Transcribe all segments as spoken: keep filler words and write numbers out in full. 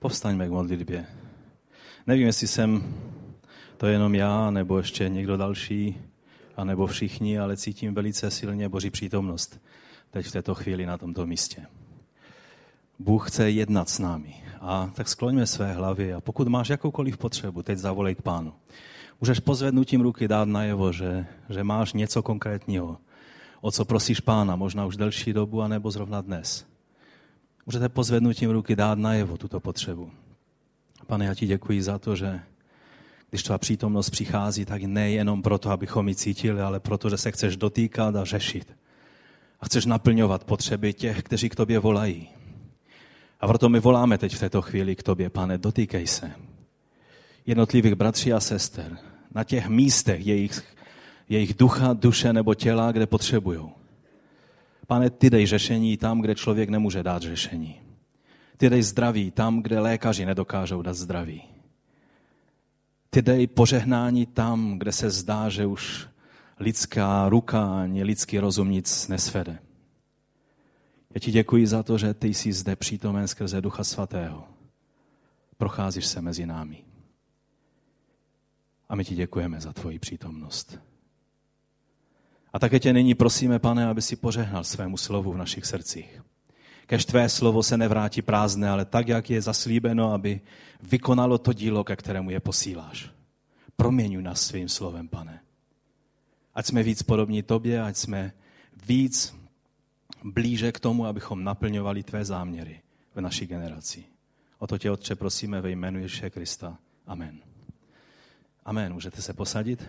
Povstaňme k modlitbě. Nevím, jestli jsem to jenom já, nebo ještě někdo další, anebo všichni, ale cítím velice silně Boží přítomnost teď v této chvíli na tomto místě. Bůh chce jednat s námi. A tak skloňme své hlavy a pokud máš jakoukoliv potřebu, teď zavolej k Pánu. Můžeš pozvednutím ruky dát najevo, že, že máš něco konkrétního, o co prosíš Pána, možná už delší dobu, anebo zrovna dnes. Můžete pozvednutím ruky dát najevo tuto potřebu. Pane, já ti děkuji za to, že když tvá přítomnost přichází, tak nejenom proto, abychom ji cítili, ale proto, že se chceš dotýkat a řešit. A chceš naplňovat potřeby těch, kteří k tobě volají. A proto my voláme teď v této chvíli k tobě, Pane, dotýkej se jednotlivých bratří a sester na těch místech jejich, jejich ducha, duše nebo těla, kde potřebujou. Pane, ty dej řešení tam, kde člověk nemůže dát řešení. Ty dej zdraví tam, kde lékaři nedokážou dát zdraví. Ty dej požehnání tam, kde se zdá, že už lidská ruka ani lidský rozum nic nesvede. Já ti děkuji za to, že ty jsi zde přítomen skrze Ducha Svatého. Procházíš se mezi námi. A my ti děkujeme za tvoji přítomnost. A také tě nyní prosíme, Pane, aby si požehnal svému slovu v našich srdcích. Kež tvé slovo se nevrátí prázdné, ale tak, jak je zaslíbeno, aby vykonalo to dílo, ke kterému je posíláš. Proměňuj nás svým slovem, Pane. Ať jsme víc podobní tobě, ať jsme víc blíže k tomu, abychom naplňovali tvé záměry v naší generaci. O to tě, Otče, prosíme ve jménu Ježíše Krista. Amen. Amen. Můžete se posadit?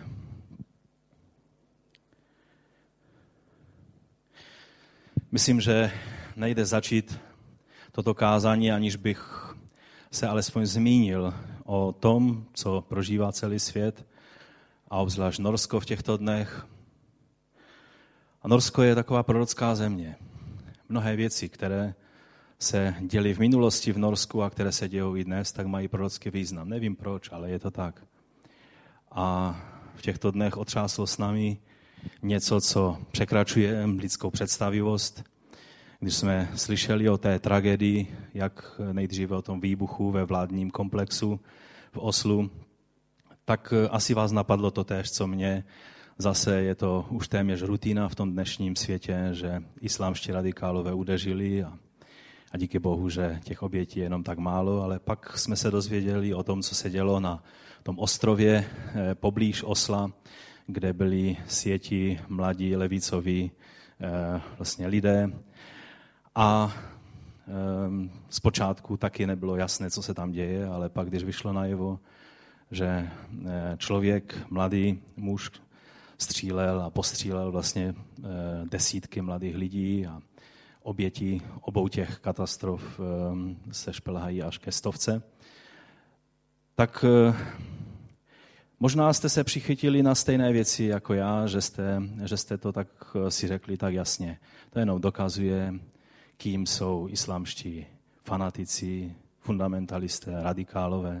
Myslím, že nejde začít toto kázání, aniž bych se alespoň zmínil o tom, co prožívá celý svět a obzvlášť Norsko v těchto dnech. A Norsko je taková prorocká země. Mnohé věci, které se děly v minulosti v Norsku a které se dějou i dnes, tak mají prorocký význam. Nevím proč, ale je to tak. A v těchto dnech otřáslo s námi něco, co překračuje lidskou představivost. Když jsme slyšeli o té tragédii, jak nejdříve o tom výbuchu ve vládním komplexu v Oslu, tak asi vás napadlo to též, co mě. Zase je to už téměř rutina v tom dnešním světě, že islámští radikálové udeřili a, a díky Bohu, že těch obětí je jenom tak málo, ale pak jsme se dozvěděli o tom, co se dělo na tom ostrově eh, poblíž Osla, kde byli sieti mladí levicoví eh, vlastně lidé. A e, zpočátku taky nebylo jasné, co se tam děje, ale pak, když vyšlo najevo, že e, člověk, mladý muž, střílel a postřílel vlastně e, desítky mladých lidí a oběti obou těch katastrof e, se šplhají až ke stovce, tak e, možná jste se přichytili na stejné věci jako já, že jste, že jste to tak si řekli tak jasně. To jenom dokazuje, kým jsou islámští fanatici, fundamentalisté, radikálové.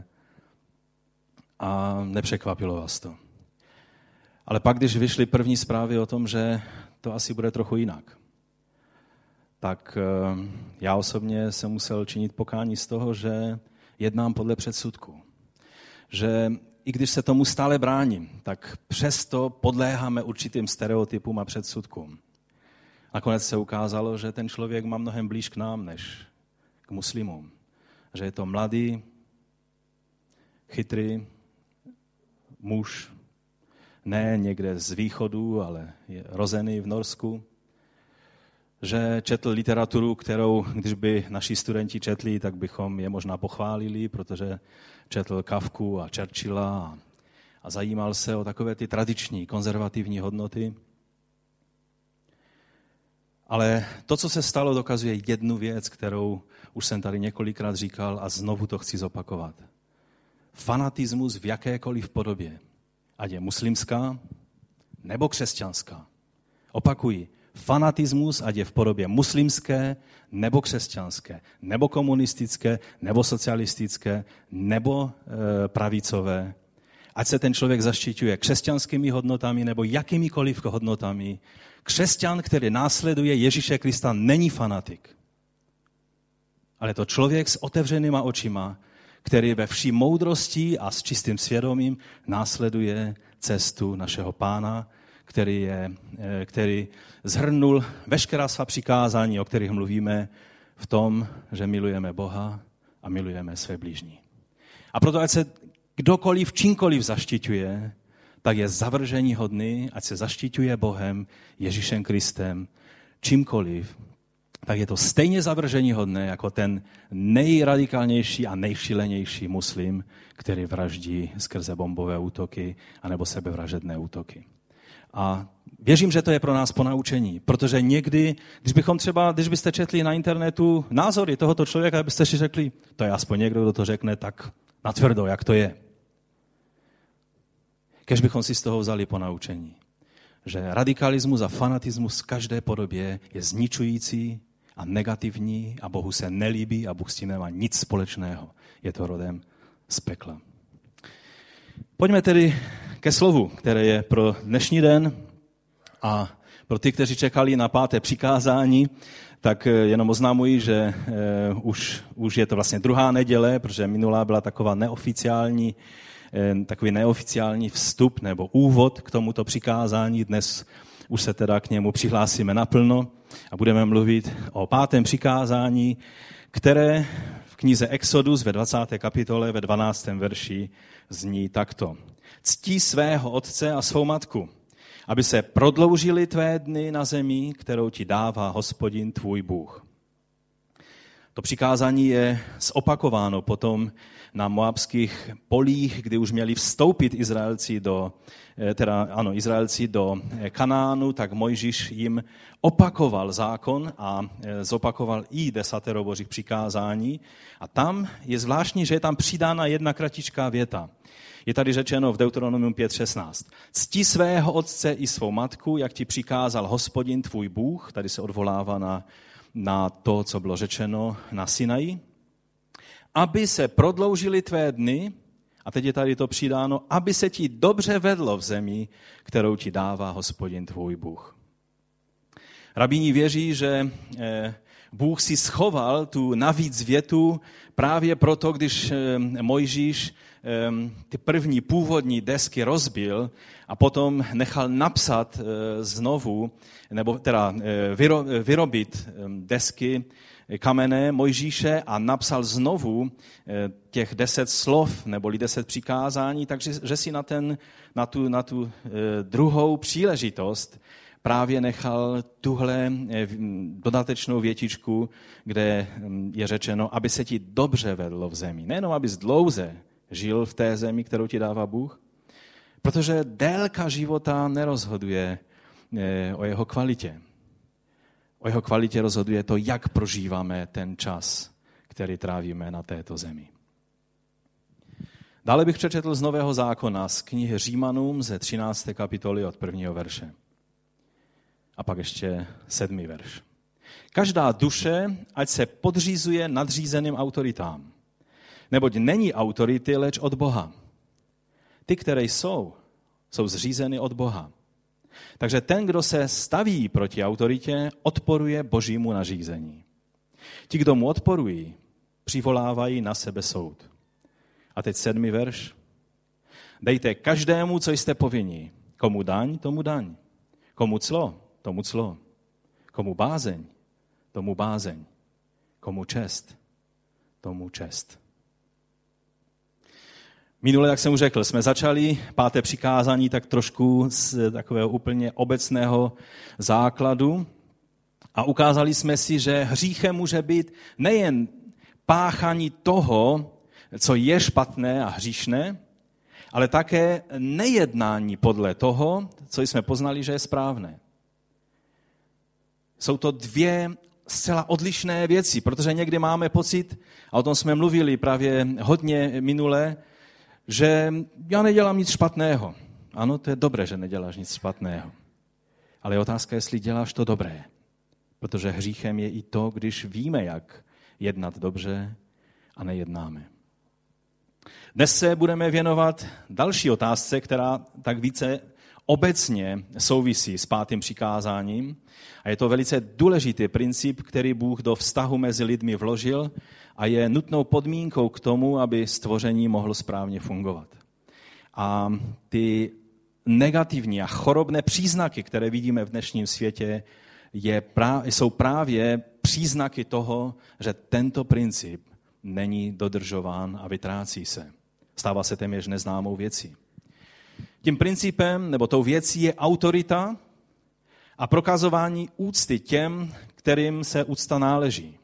A nepřekvapilo vás to. Ale pak, když vyšly první zprávy o tom, že to asi bude trochu jinak, tak já osobně jsem musel činit pokání z toho, že jednám podle předsudku. Že i když se tomu stále bráním, tak přesto podléháme určitým stereotypům a předsudkům. Nakonec se ukázalo, že ten člověk má mnohem blíž k nám, než k muslimům. Že je to mladý, chytrý muž, ne někde z východu, ale je rozený v Norsku. Že četl literaturu, kterou, když by naši studenti četli, tak bychom je možná pochválili, protože četl Kafku a Churchilla a, a zajímal se o takové ty tradiční, konzervativní hodnoty. Ale to, co se stalo, dokazuje jednu věc, kterou už jsem tady několikrát říkal a znovu to chci zopakovat. Fanatismus v jakékoliv podobě, ať je muslimská nebo křesťanská. Opakuji, fanatismus, ať je v podobě muslimské nebo křesťanské, nebo komunistické, nebo socialistické, nebo e, pravicové, ať se ten člověk zaštiťuje křesťanskými hodnotami nebo jakýmikoliv hodnotami, křesťan, který následuje Ježíše Krista, není fanatik. ale je to člověk s otevřenýma očima, který ve vší moudrosti a s čistým svědomím následuje cestu našeho Pána, který, je, který zhrnul veškerá svá přikázání, o kterých mluvíme, v tom, že milujeme Boha a milujeme své blížní. A proto, ať se kdokoliv čímkoliv zaštiťuje, tak je zavržení hodný, ať se zaštiťuje Bohem, Ježíšem Kristem, čímkoliv, tak je to stejně zavržení hodné jako ten nejradikálnější a nejšílenější muslim, který vraždí skrze bombové útoky anebo sebevražedné útoky. A věřím, že to je pro nás ponaučení, protože někdy, když bychom třeba, když byste četli na internetu názory tohoto člověka, byste si řekli, to je aspoň někdo, kdo to řekne tak natvrdo, jak to je. Kež bychom si z toho vzali ponaučení, že radikalismus a fanatismus v každé podobě je zničující a negativní a Bohu se nelíbí a Bůh s tím nemá nic společného. Je to rodem z pekla. Pojďme tedy ke slovu, které je pro dnešní den a pro ty, kteří čekali na páté přikázání, tak jenom oznamuji, že už, už je to vlastně druhá neděle, protože minulá byla taková neoficiální, takový neoficiální vstup nebo úvod k tomuto přikázání. Dnes už se teda k němu přihlásíme naplno a budeme mluvit o pátém přikázání, které v knize Exodus ve dvacáté kapitole ve dvanáctém verši zní takto. Ctí svého otce a svou matku, aby se prodloužily tvé dny na zemi, kterou ti dává Hospodin tvůj Bůh. To přikázání je zopakováno potom na moabských polích, kdy už měli vstoupit Izraelci do, teda, ano, Izraelci do Kanánu, tak Mojžíš jim opakoval zákon a zopakoval i desatero božích přikázání. A tam je zvláštní, že je tam přidána jedna kratičká věta. Je tady řečeno v Deuteronomium pět šestnáct. Cti svého otce i svou matku, jak ti přikázal Hospodin tvůj Bůh, tady se odvolává na, na to, co bylo řečeno na Sinaji, aby se prodloužily tvé dny, a teď je tady to přidáno, aby se ti dobře vedlo v zemi, kterou ti dává Hospodin tvůj Bůh. Rabíni věří, že Bůh si schoval tu navíc větu právě proto, když Mojžíš ty první původní desky rozbil a potom nechal napsat znovu, nebo teda vyrobit desky kamenné Mojžíše a napsal znovu těch deset slov neboli deset přikázání, takže že si na, ten, na, tu, na tu druhou příležitost právě nechal tuhle dodatečnou větičku, kde je řečeno, aby se ti dobře vedlo v zemi. Nejenom, abys dlouze žil v té zemi, kterou ti dává Bůh, protože délka života nerozhoduje o jeho kvalitě. O jeho kvalitě rozhoduje to, jak prožíváme ten čas, který trávíme na této zemi. Dále bych přečetl z Nového zákona z knihy Římanům ze třinácté kapitoly od prvního verše. A pak ještě sedmý verš. Každá duše, ať se podřízuje nadřízeným autoritám, neboť není autority, leč od Boha. Ty, které jsou, jsou zřízeny od Boha. Takže ten, kdo se staví proti autoritě, odporuje Božímu nařízení. Ti, kdo mu odporují, přivolávají na sebe soud. A teď sedmý verš. Dejte každému, co jste povinni. Komu daň, tomu daň. Komu clo, tomu clo. Komu bázeň, tomu bázeň. Komu čest, tomu čest. Minule, jak jsem už řekl, jsme začali páté přikázání tak trošku z takového úplně obecného základu a ukázali jsme si, že hříchem může být nejen páchání toho, co je špatné a hříšné, ale také nejednání podle toho, co jsme poznali, že je správné. Jsou to dvě zcela odlišné věci, protože někdy máme pocit, a o tom jsme mluvili právě hodně minule, že já nedělám nic špatného. Ano, to je dobré, že neděláš nic špatného. Ale je otázka, jestli děláš to dobré. Protože hříchem je i to, když víme, jak jednat dobře a nejednáme. Dnes se budeme věnovat další otázce, která tak více obecně souvisí s pátým přikázáním a je to velice důležitý princip, který Bůh do vztahu mezi lidmi vložil a je nutnou podmínkou k tomu, aby stvoření mohlo správně fungovat. A ty negativní a chorobné příznaky, které vidíme v dnešním světě, je právě, jsou právě příznaky toho, že tento princip není dodržován a vytrácí se. Stává se téměř neznámou věcí. Tím principem, nebo tou věcí je autorita a prokazování úcty těm, kterým se úcta náleží.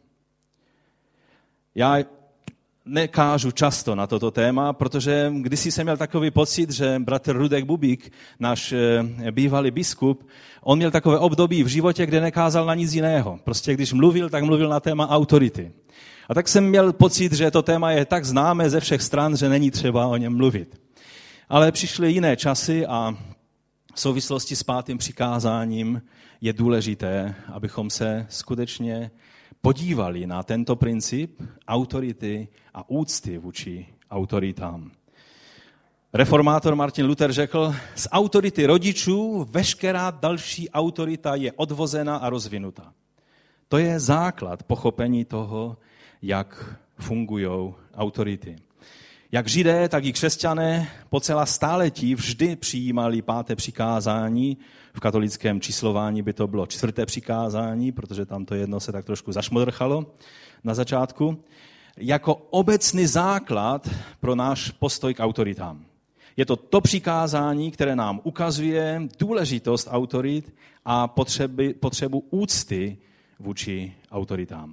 Já nekážu často na toto téma, protože kdysi jsem měl takový pocit, že bratr Rudek Bubík, náš bývalý biskup, on měl takové období v životě, kde nekázal na nic jiného. Prostě když mluvil, tak mluvil na téma autority. A tak jsem měl pocit, že to téma je tak známé ze všech stran, že není třeba o něm mluvit. Ale přišly jiné časy a v souvislosti s pátým přikázáním je důležité, abychom se skutečně podívali na tento princip autority a úcty vůči autoritám. Reformátor Martin Luther řekl, z autority rodičů veškerá další autorita je odvozena a rozvinuta. To je základ pochopení toho, jak fungují autority. Jak Židé, tak i křesťané po celá stáletí vždy přijímali páté přikázání. V katolickém číslování by to bylo čtvrté přikázání, protože tam to jedno se tak trošku zašmodrchalo na začátku, jako obecný základ pro náš postoj k autoritám. Je to to přikázání, které nám ukazuje důležitost autorit a potřeby, potřebu úcty vůči autoritám.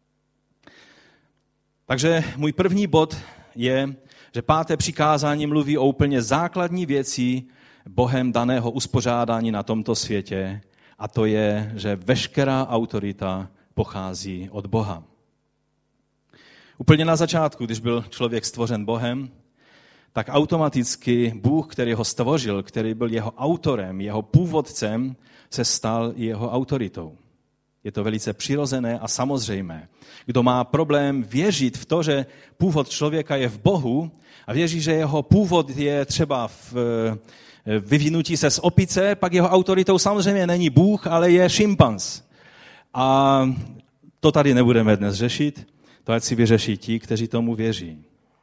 Takže můj první bod je, že páté přikázání mluví o úplně základní věci Bohem daného uspořádání na tomto světě, a to je, že veškerá autorita pochází od Boha. Úplně na začátku, když byl člověk stvořen Bohem, tak automaticky Bůh, který ho stvořil, který byl jeho autorem, jeho původcem, se stal i jeho autoritou. Je to velice přirozené a samozřejmé. Kdo má problém věřit v to, že původ člověka je v Bohu a věří, že jeho původ je třeba v vyvinutí se z opice, pak jeho autoritou samozřejmě není Bůh, ale je šimpanz. A to tady nebudeme dnes řešit, to ať si vyřeší ti, kteří tomu věří.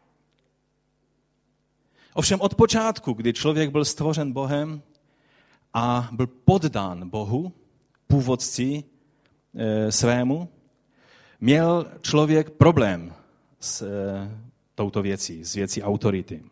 Ovšem od počátku, kdy člověk byl stvořen Bohem a byl poddán Bohu, původci e, svému, měl člověk problém s e, touto věcí, s věcí autority.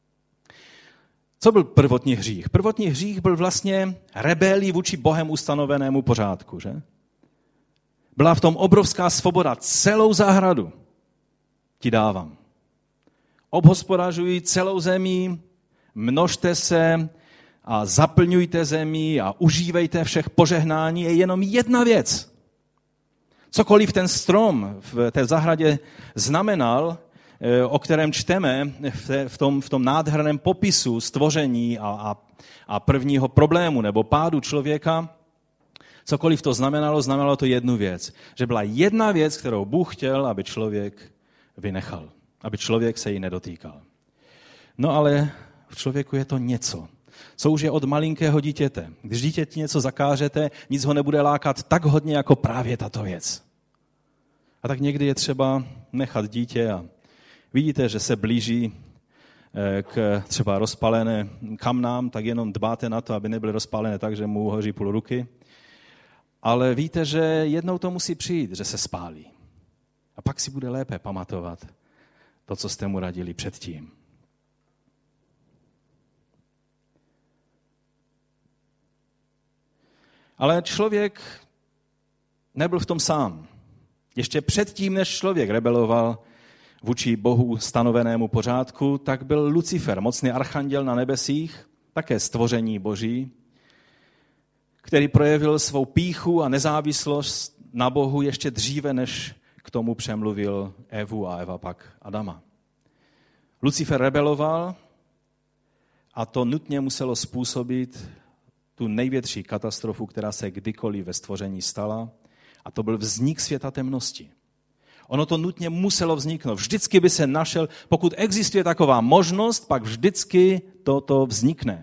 Co byl prvotní hřích? Prvotní hřích byl vlastně rebelí vůči Bohem ustanovenému pořádku, že? Byla v tom obrovská svoboda. Celou zahradu ti dávám. Obhospodařuj celou zemi, množte se a zaplňujte zemi a užívejte všech požehnání. Je jenom jedna věc. Cokoliv ten strom v té zahradě znamenal, o kterém čteme v tom, v tom nádherném popisu stvoření a, a, a prvního problému nebo pádu člověka, cokoliv to znamenalo, znamenalo to jednu věc. Že byla jedna věc, kterou Bůh chtěl, aby člověk vynechal. Aby člověk se jí nedotýkal. No ale v člověku je to něco. Co už je od malinkého dítěte. Když dítěti něco zakážete, nic ho nebude lákat tak hodně, jako právě tato věc. A tak někdy je třeba nechat dítě a vidíte, že se blíží k třeba rozpalené kamnám, tak jenom dbáte na to, aby nebyly rozpalené tak, že mu hoří půl ruky. Ale víte, že jednou to musí přijít, že se spálí. A pak si bude lépe pamatovat to, co jste mu radili předtím. Ale člověk nebyl v tom sám. Ještě předtím, než člověk rebeloval vůči Bohu stanovenému pořádku, tak byl Lucifer, mocný archanděl na nebesích, také stvoření Boží, který projevil svou pýchu a nezávislost na Bohu ještě dříve, než k tomu přemluvil Evu a Eva pak Adama. Lucifer rebeloval a to nutně muselo způsobit tu největší katastrofu, která se kdykoliv ve stvoření stala, a to byl vznik světa temnosti. Ono to nutně muselo vzniknout. Vždycky by se našel, pokud existuje taková možnost, pak vždycky toto vznikne.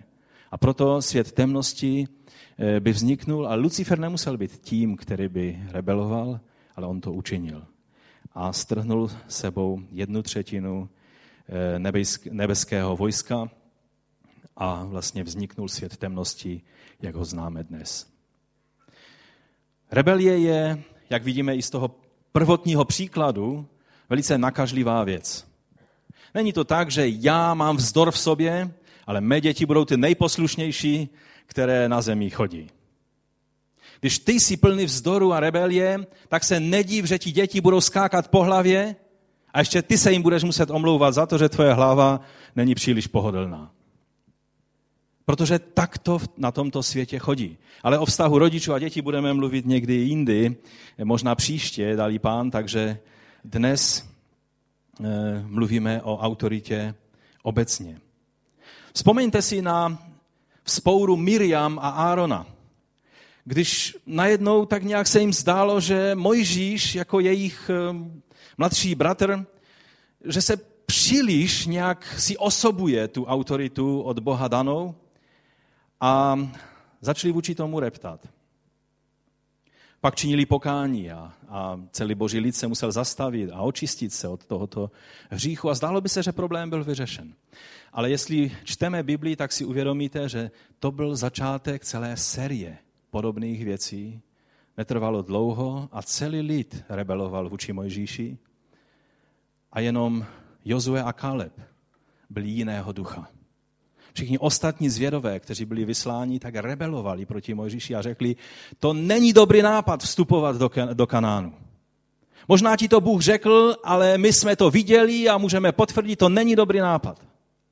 A proto svět temnosti by vzniknul a Lucifer nemusel být tím, který by rebeloval, ale on to učinil. A strhnul sebou jednu třetinu nebeského vojska a vlastně vzniknul svět temnosti, jak ho známe dnes. Rebelie je, jak vidíme i z toho prvotního příkladu, velice nakažlivá věc. Není to tak, že já mám vzdor v sobě, ale mé děti budou ty nejposlušnější, které na zemi chodí. Když ty jsi plný vzdoru a rebelie, tak se nediv, že ti děti budou skákat po hlavě a ještě ty se jim budeš muset omlouvat za to, že tvoje hlava není příliš pohodlná. Protože tak to na tomto světě chodí. Ale o vztahu rodičů a dětí budeme mluvit někdy jindy, možná příště, dali Pán, takže dnes e, mluvíme o autoritě obecně. Vzpomeňte si na vzpouru Miriam a Árona. Když najednou tak nějak se jim zdálo, že Mojžíš jako jejich mladší bratr, že se příliš nějak si osobuje tu autoritu od Boha danou a začali vůči tomu reptat. Pak činili pokání a, a celý boží lid se musel zastavit a očistit se od tohoto hříchu a zdálo by se, že problém byl vyřešen. Ale jestli čteme Biblii, tak si uvědomíte, že to byl začátek celé série podobných věcí. Netrvalo dlouho a celý lid rebeloval vůči Mojžíši a jenom Jozue a Kaleb byli jiného ducha. Všichni ostatní zvědové, kteří byli vysláni, tak rebelovali proti Mojžíši a řekli, to není dobrý nápad vstupovat do, do Kanánu. Možná ti to Bůh řekl, ale my jsme to viděli a můžeme potvrdit, to není dobrý nápad.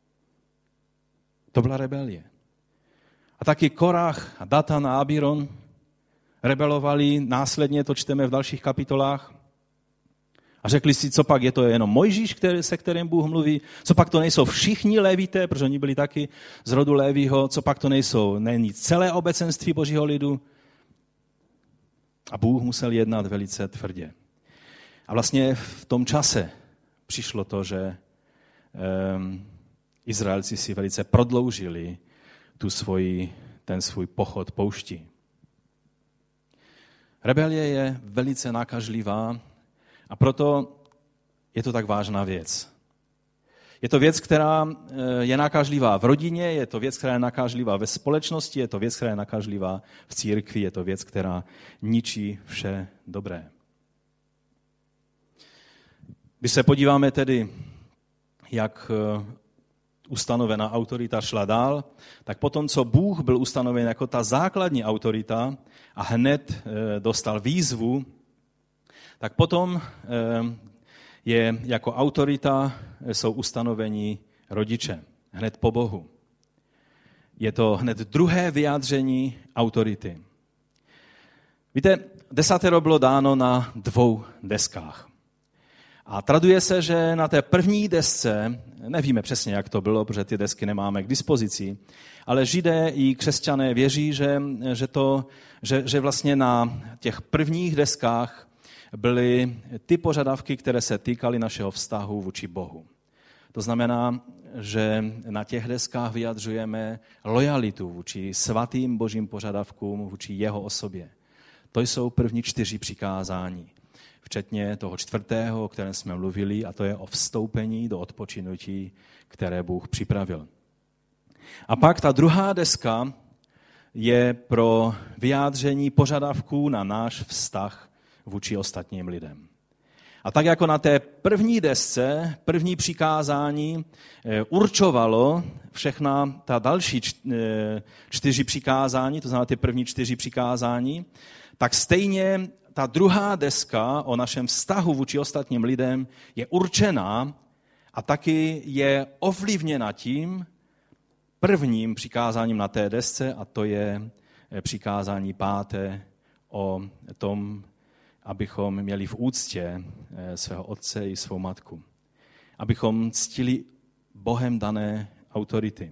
To byla rebelie. A taky Korach a Datan a Abiron rebelovali, následně to čteme v dalších kapitolách. A řekli si, co pak je to jenom Mojžíš, který, se kterým Bůh mluví, co pak to nejsou všichni lévité, protože oni byli taky z rodu Lévího, co pak to nejsou, není celé obecenství božího lidu. A Bůh musel jednat velice tvrdě. A vlastně v tom čase přišlo to, že um, Izraelci si velice prodloužili tu svoji, ten svůj pochod poušti. Rebelie je velice nakažlivá a proto je to tak vážná věc. Je to věc, která je nakažlivá v rodině, je to věc, která je nakažlivá ve společnosti, je to věc, která je nakažlivá v církvi, je to věc, která ničí vše dobré. Když se podíváme tedy, jak ustanovená autorita šla dál, tak potom, co Bůh byl ustanoven jako ta základní autorita a hned dostal výzvu, tak potom je jako autorita jsou ustanoveni rodiče, hned po Bohu. Je to hned druhé vyjádření autority. Víte, desatero bylo dáno na dvou deskách. A traduje se, že na té první desce, nevíme přesně, jak to bylo, protože ty desky nemáme k dispozici, ale Židé i křesťané věří, že, že, to, že, že vlastně na těch prvních deskách byly ty požadavky, které se týkaly našeho vztahu vůči Bohu. To znamená, že na těch deskách vyjadřujeme lojalitu vůči svatým božím požadavkům, vůči jeho osobě. To jsou první čtyři přikázání. Včetně toho čtvrtého, o kterém jsme mluvili, a to je o vstoupení do odpočinutí, které Bůh připravil. A pak ta druhá deska je pro vyjádření požadavků na náš vztah vůči ostatním lidem. A tak jako na té první desce, první přikázání určovalo všechna ta další čtyři přikázání, to znamená ty první čtyři přikázání, tak stejně ta druhá deska o našem vztahu vůči ostatním lidem je určená a taky je ovlivněna tím prvním přikázáním na té desce, a to je přikázání páté o tom, abychom měli v úctě svého otce i svou matku. Abychom ctili Bohem dané autority.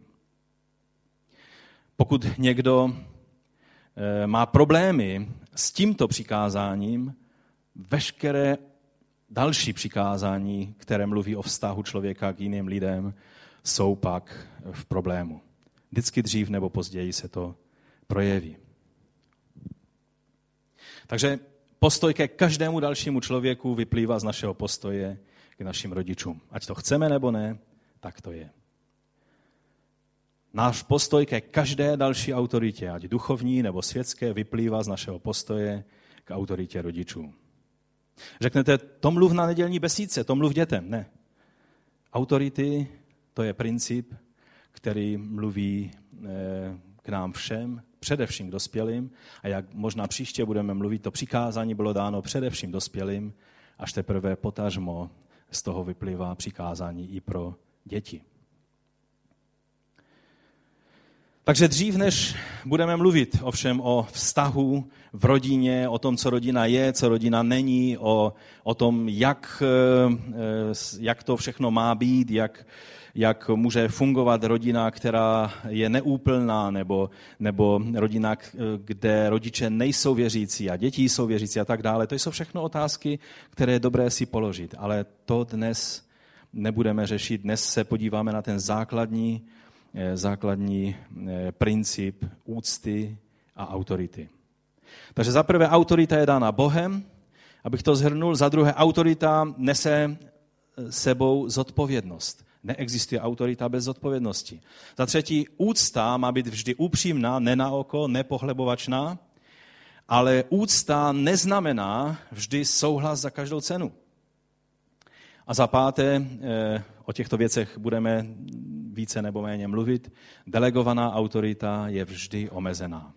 Pokud někdo má problémy s tímto přikázáním, veškeré další přikázání, které mluví o vztahu člověka k jiným lidem, jsou pak v problému. Vždycky dřív nebo později se to projeví. Takže postoj ke každému dalšímu člověku vyplývá z našeho postoje k našim rodičům. Ať to chceme nebo ne, tak to je. Náš postoj ke každé další autoritě, ať duchovní nebo světské, vyplývá z našeho postoje k autoritě rodičů. Řeknete, to mluv na nedělní besídce, to mluv dětem. Ne. Autority, to je princip, který mluví k nám všem, především k dospělým. A jak možná příště budeme mluvit, to přikázání bylo dáno především dospělým, až teprve potažmo z toho vyplývá přikázání i pro děti. Takže dřív, než budeme mluvit ovšem o vztahu v rodině, o tom, co rodina je, co rodina není, o, o tom, jak, jak to všechno má být, jak, jak může fungovat rodina, která je neúplná, nebo, nebo rodina, kde rodiče nejsou věřící a děti jsou věřící a tak dále. To jsou všechno otázky, které je dobré si položit, ale to dnes nebudeme řešit. Dnes se podíváme na ten základní základní princip úcty a autority. Takže za prvé autorita je dána Bohem, abych to shrnul, za druhé autorita nese sebou zodpovědnost. Neexistuje autorita bez zodpovědnosti. Za třetí úcta má být vždy upřímná, ne na oko, nepohlebovačná, ale úcta neznamená vždy souhlas za každou cenu. A za páté, o těchto věcech budeme více nebo méně mluvit, delegovaná autorita je vždy omezená.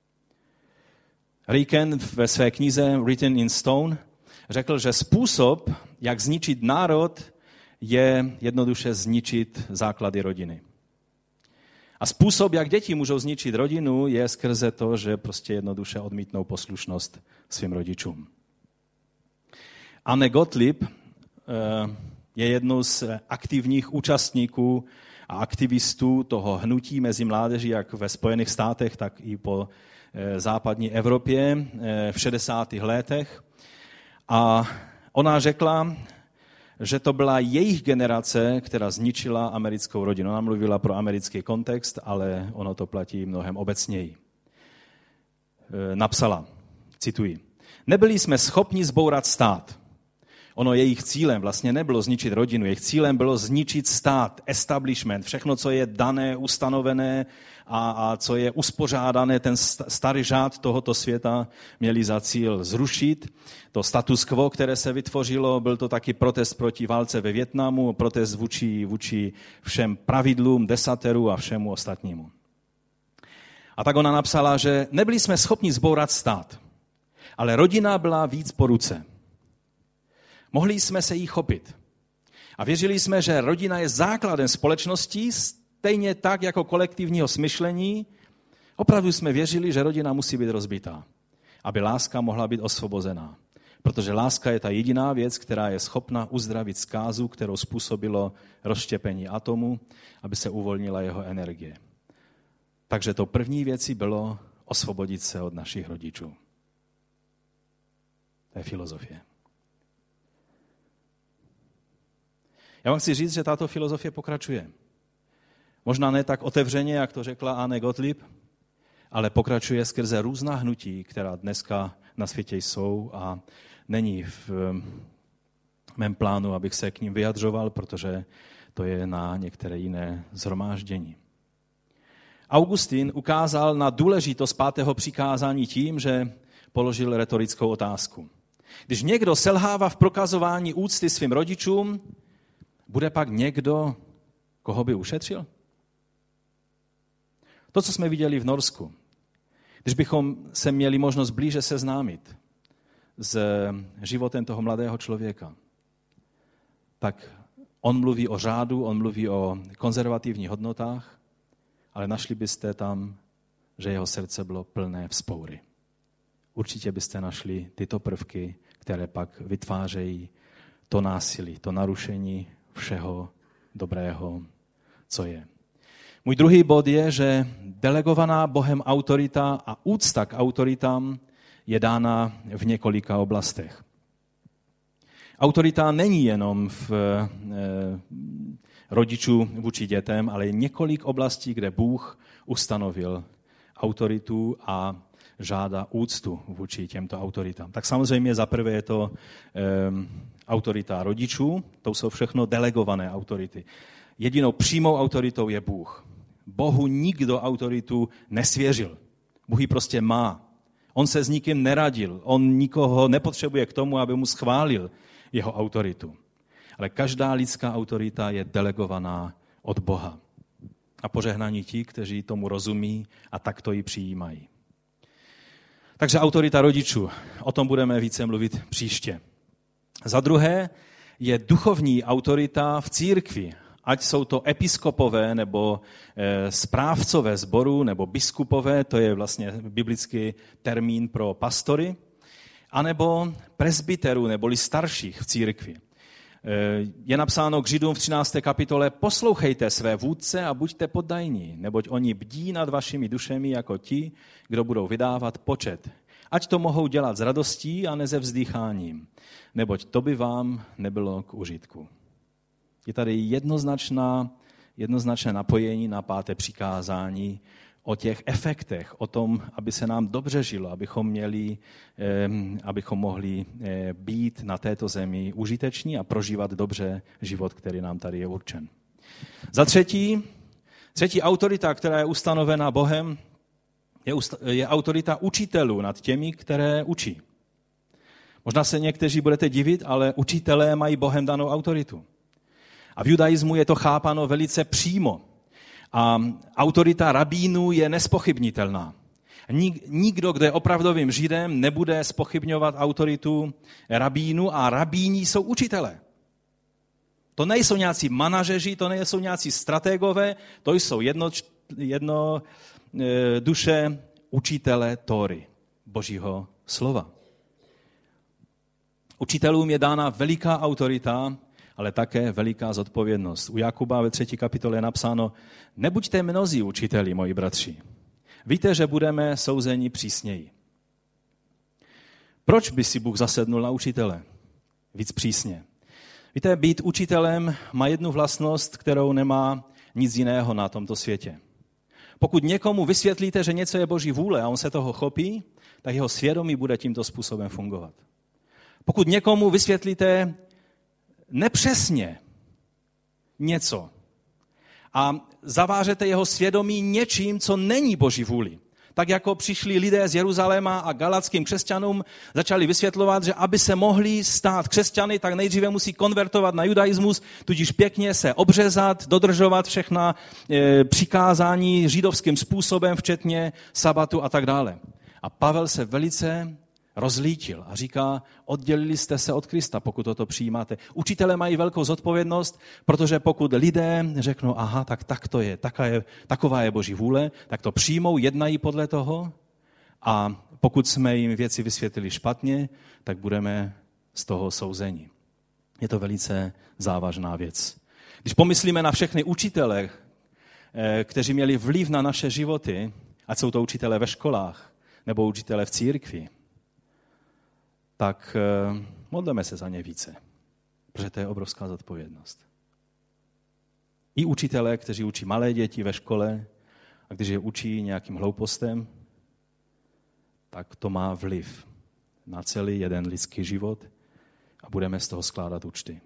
Riken ve své knize Written in Stone řekl, že způsob, jak zničit národ, je jednoduše zničit základy rodiny. A způsob, jak děti můžou zničit rodinu, je skrze to, že prostě jednoduše odmítnou poslušnost svým rodičům. Anne Gottlieb je jednou z aktivních účastníků a aktivistů toho hnutí mezi mládeží, jak ve Spojených státech, tak i po západní Evropě v šedesátých letech. A ona řekla, že to byla jejich generace, která zničila americkou rodinu. Ona mluvila pro americký kontext, ale ono to platí mnohem obecněji. Napsala, cituji, nebyli jsme schopni zbourat stát. Ono jejich cílem vlastně nebylo zničit rodinu, jejich cílem bylo zničit stát, establishment, všechno, co je dané, ustanovené a, a co je uspořádané, ten starý řád tohoto světa měli za cíl zrušit. To status quo, které se vytvořilo, byl to taky protest proti válce ve Vietnamu, protest vůči, vůči všem pravidlům, desateru a všemu ostatnímu. A tak ona napsala, že nebyli jsme schopni zbourat stát, ale rodina byla víc po ruce. Mohli jsme se jí chopit. A věřili jsme, že rodina je základem společnosti, stejně tak jako kolektivního smyšlení. Opravdu jsme věřili, že rodina musí být rozbitá, aby láska mohla být osvobozená. Protože láska je ta jediná věc, která je schopna uzdravit zkázu, kterou způsobilo rozštěpení atomu, aby se uvolnila jeho energie. Takže to první věcí bylo osvobodit se od našich rodičů. To je filozofie. Já vám chci říct, že tato filozofie pokračuje. Možná ne tak otevřeně, jak to řekla Anne Gottlieb, ale pokračuje skrze různá hnutí, která dneska na světě jsou a není v mém plánu, abych se k ním vyjadřoval, protože to je na některé jiné shromáždění. Augustín ukázal na důležitost pátého přikázání tím, že položil retorickou otázku. Když někdo selhává v prokazování úcty svým rodičům, bude pak někdo, koho by ušetřil? To, co jsme viděli v Norsku, když bychom se měli možnost blíže seznámit s životem toho mladého člověka, tak on mluví o řádu, on mluví o konzervativních hodnotách, ale našli byste tam, že jeho srdce bylo plné vzpoury. Určitě byste našli tyto prvky, které pak vytvářejí to násilí, to narušení všeho dobrého, co je. Můj druhý bod je, že delegovaná Bohem autorita a úcta k autoritám je dána v několika oblastech. Autorita není jenom v, rodičů vůči dětem, ale je několik oblastí, kde Bůh ustanovil autoritu a žádá úctu vůči těmto autoritám. Tak samozřejmě za prvé je to um, autorita rodičů, to jsou všechno delegované autority. Jedinou přímou autoritou je Bůh. Bohu nikdo autoritu nesvěřil. Bůh ji prostě má. On se s nikým neradil, on nikoho nepotřebuje k tomu, aby mu schválil jeho autoritu. Ale každá lidská autorita je delegovaná od Boha. A požehnaní ti, kteří tomu rozumí a takto ji přijímají. Takže autorita rodičů, o tom budeme více mluvit příště. Za druhé je duchovní autorita v církvi, ať jsou to episkopové nebo e, správcové sboru nebo biskupové, to je vlastně biblický termín pro pastory, anebo presbyterů neboli starších v církvi. E, je napsáno k Židům v třinácté kapitole: poslouchejte své vůdce a buďte poddajní, neboť oni bdí nad vašimi dušemi jako ti, kdo budou vydávat počet. Ať to mohou dělat s radostí a ne se vzdycháním, neboť to by vám nebylo k užitku. Je tady jednoznačná, jednoznačné napojení na páté přikázání o těch efektech, o tom, aby se nám dobře žilo, abychom měli, eh, abychom mohli eh, být na této zemi užiteční a prožívat dobře život, který nám tady je určen. Za třetí, třetí autorita, která je ustanovena Bohem, je, usta- je autorita učitelů nad těmi, které učí. Možná se někteří budete divit, ale učitelé mají Bohem danou autoritu. A v judaismu je to chápano velice přímo. A autorita rabínů je nespochybnitelná. Nikdo, kdo je opravdovým Židem, nebude zpochybňovat autoritu rabínů a rabíni jsou učitelé. To nejsou nějací manažeři, to nejsou nějací strategové, to jsou jedno, jedno e, duše učitelé Tóry, Božího slova. Učitelům je dána veliká autorita, ale také veliká zodpovědnost. U Jakuba ve třetí kapitole je napsáno: nebuďte mnozí učiteli, moji bratři. Víte, že budeme souzeni přísněji. Proč by si Bůh zasednul na učitele? Víc přísně. Víte, být učitelem má jednu vlastnost, kterou nemá nic jiného na tomto světě. Pokud někomu vysvětlíte, že něco je Boží vůle a on se toho chopí, tak jeho svědomí bude tímto způsobem fungovat. Pokud někomu vysvětlíte nepřesně něco a zavážete jeho svědomí něčím, co není Boží vůli. Tak jako přišli lidé z Jeruzaléma a galackým křesťanům začali vysvětlovat, že aby se mohli stát křesťany, tak nejdříve musí konvertovat na judaismus, tudíž pěkně se obřezat, dodržovat všechna e, přikázání židovským způsobem, včetně sabatu a tak dále. A Pavel se velice rozlítil a říká: oddělili jste se od Krista, pokud toto přijímáte. Učitelé mají velkou zodpovědnost, protože pokud lidé řeknou: aha, tak, tak to je, taká je, taková je Boží vůle, tak to přijmou, jednají podle toho, a pokud jsme jim věci vysvětlili špatně, tak budeme z toho souzeni. Je to velice závažná věc. Když pomyslíme na všechny učitele, kteří měli vliv na naše životy, ať jsou to učitelé ve školách nebo učitelé v církvi, tak modleme se za ně více, protože to je obrovská zodpovědnost. I učitelé, kteří učí malé děti ve škole a když je učí nějakým hloupostem, tak to má vliv na celý jeden lidský život a budeme z toho skládat účty.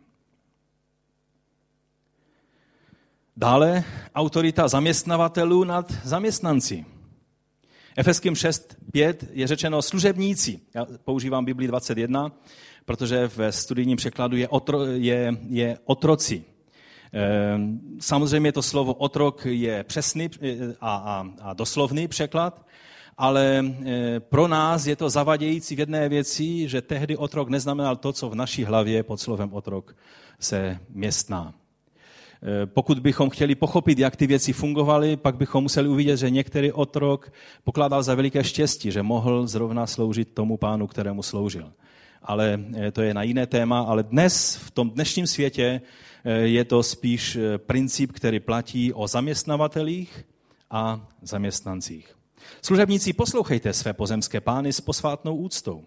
Dále autorita zaměstnavatelů nad zaměstnanci. Efeským šest pět je řečeno služebníci. Já používám Bibli dvacet jedna, protože ve studijním překladu je, otro, je, je otroci. Samozřejmě to slovo otrok je přesný a, a, a doslovný překlad, ale pro nás je to zavadějící v jedné věci, že tehdy otrok neznamenal to, co v naší hlavě pod slovem otrok se městná. Pokud bychom chtěli pochopit, jak ty věci fungovaly, pak bychom museli uvidět, že některý otrok pokládal za veliké štěstí, že mohl zrovna sloužit tomu pánu, kterému sloužil. Ale to je na jiné téma, ale dnes, v tom dnešním světě, je to spíš princip, který platí o zaměstnavatelích a zaměstnancích. Služebníci, poslouchejte své pozemské pány s posvátnou úctou,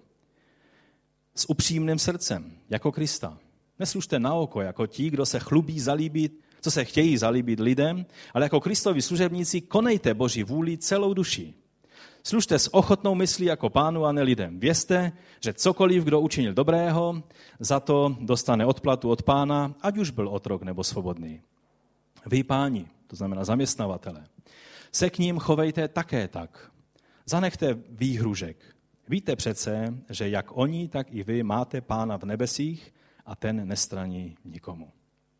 s upřímným srdcem, jako Krista. Neslužte na oko, jako ti, kdo se chlubí zalíbit co se chtějí zalíbit lidem, ale jako Kristovi služebníci konejte Boží vůli celou duší. Služte s ochotnou myslí jako Pánu a ne lidem. Vězte, že cokoliv, kdo učinil dobrého, za to dostane odplatu od Pána, ať už byl otrok nebo svobodný. Vy, páni, to znamená zaměstnavatele, se k ním chovejte také tak. Zanechte výhružek. Víte přece, že jak oni, tak i vy máte Pána v nebesích a ten nestraní nikomu.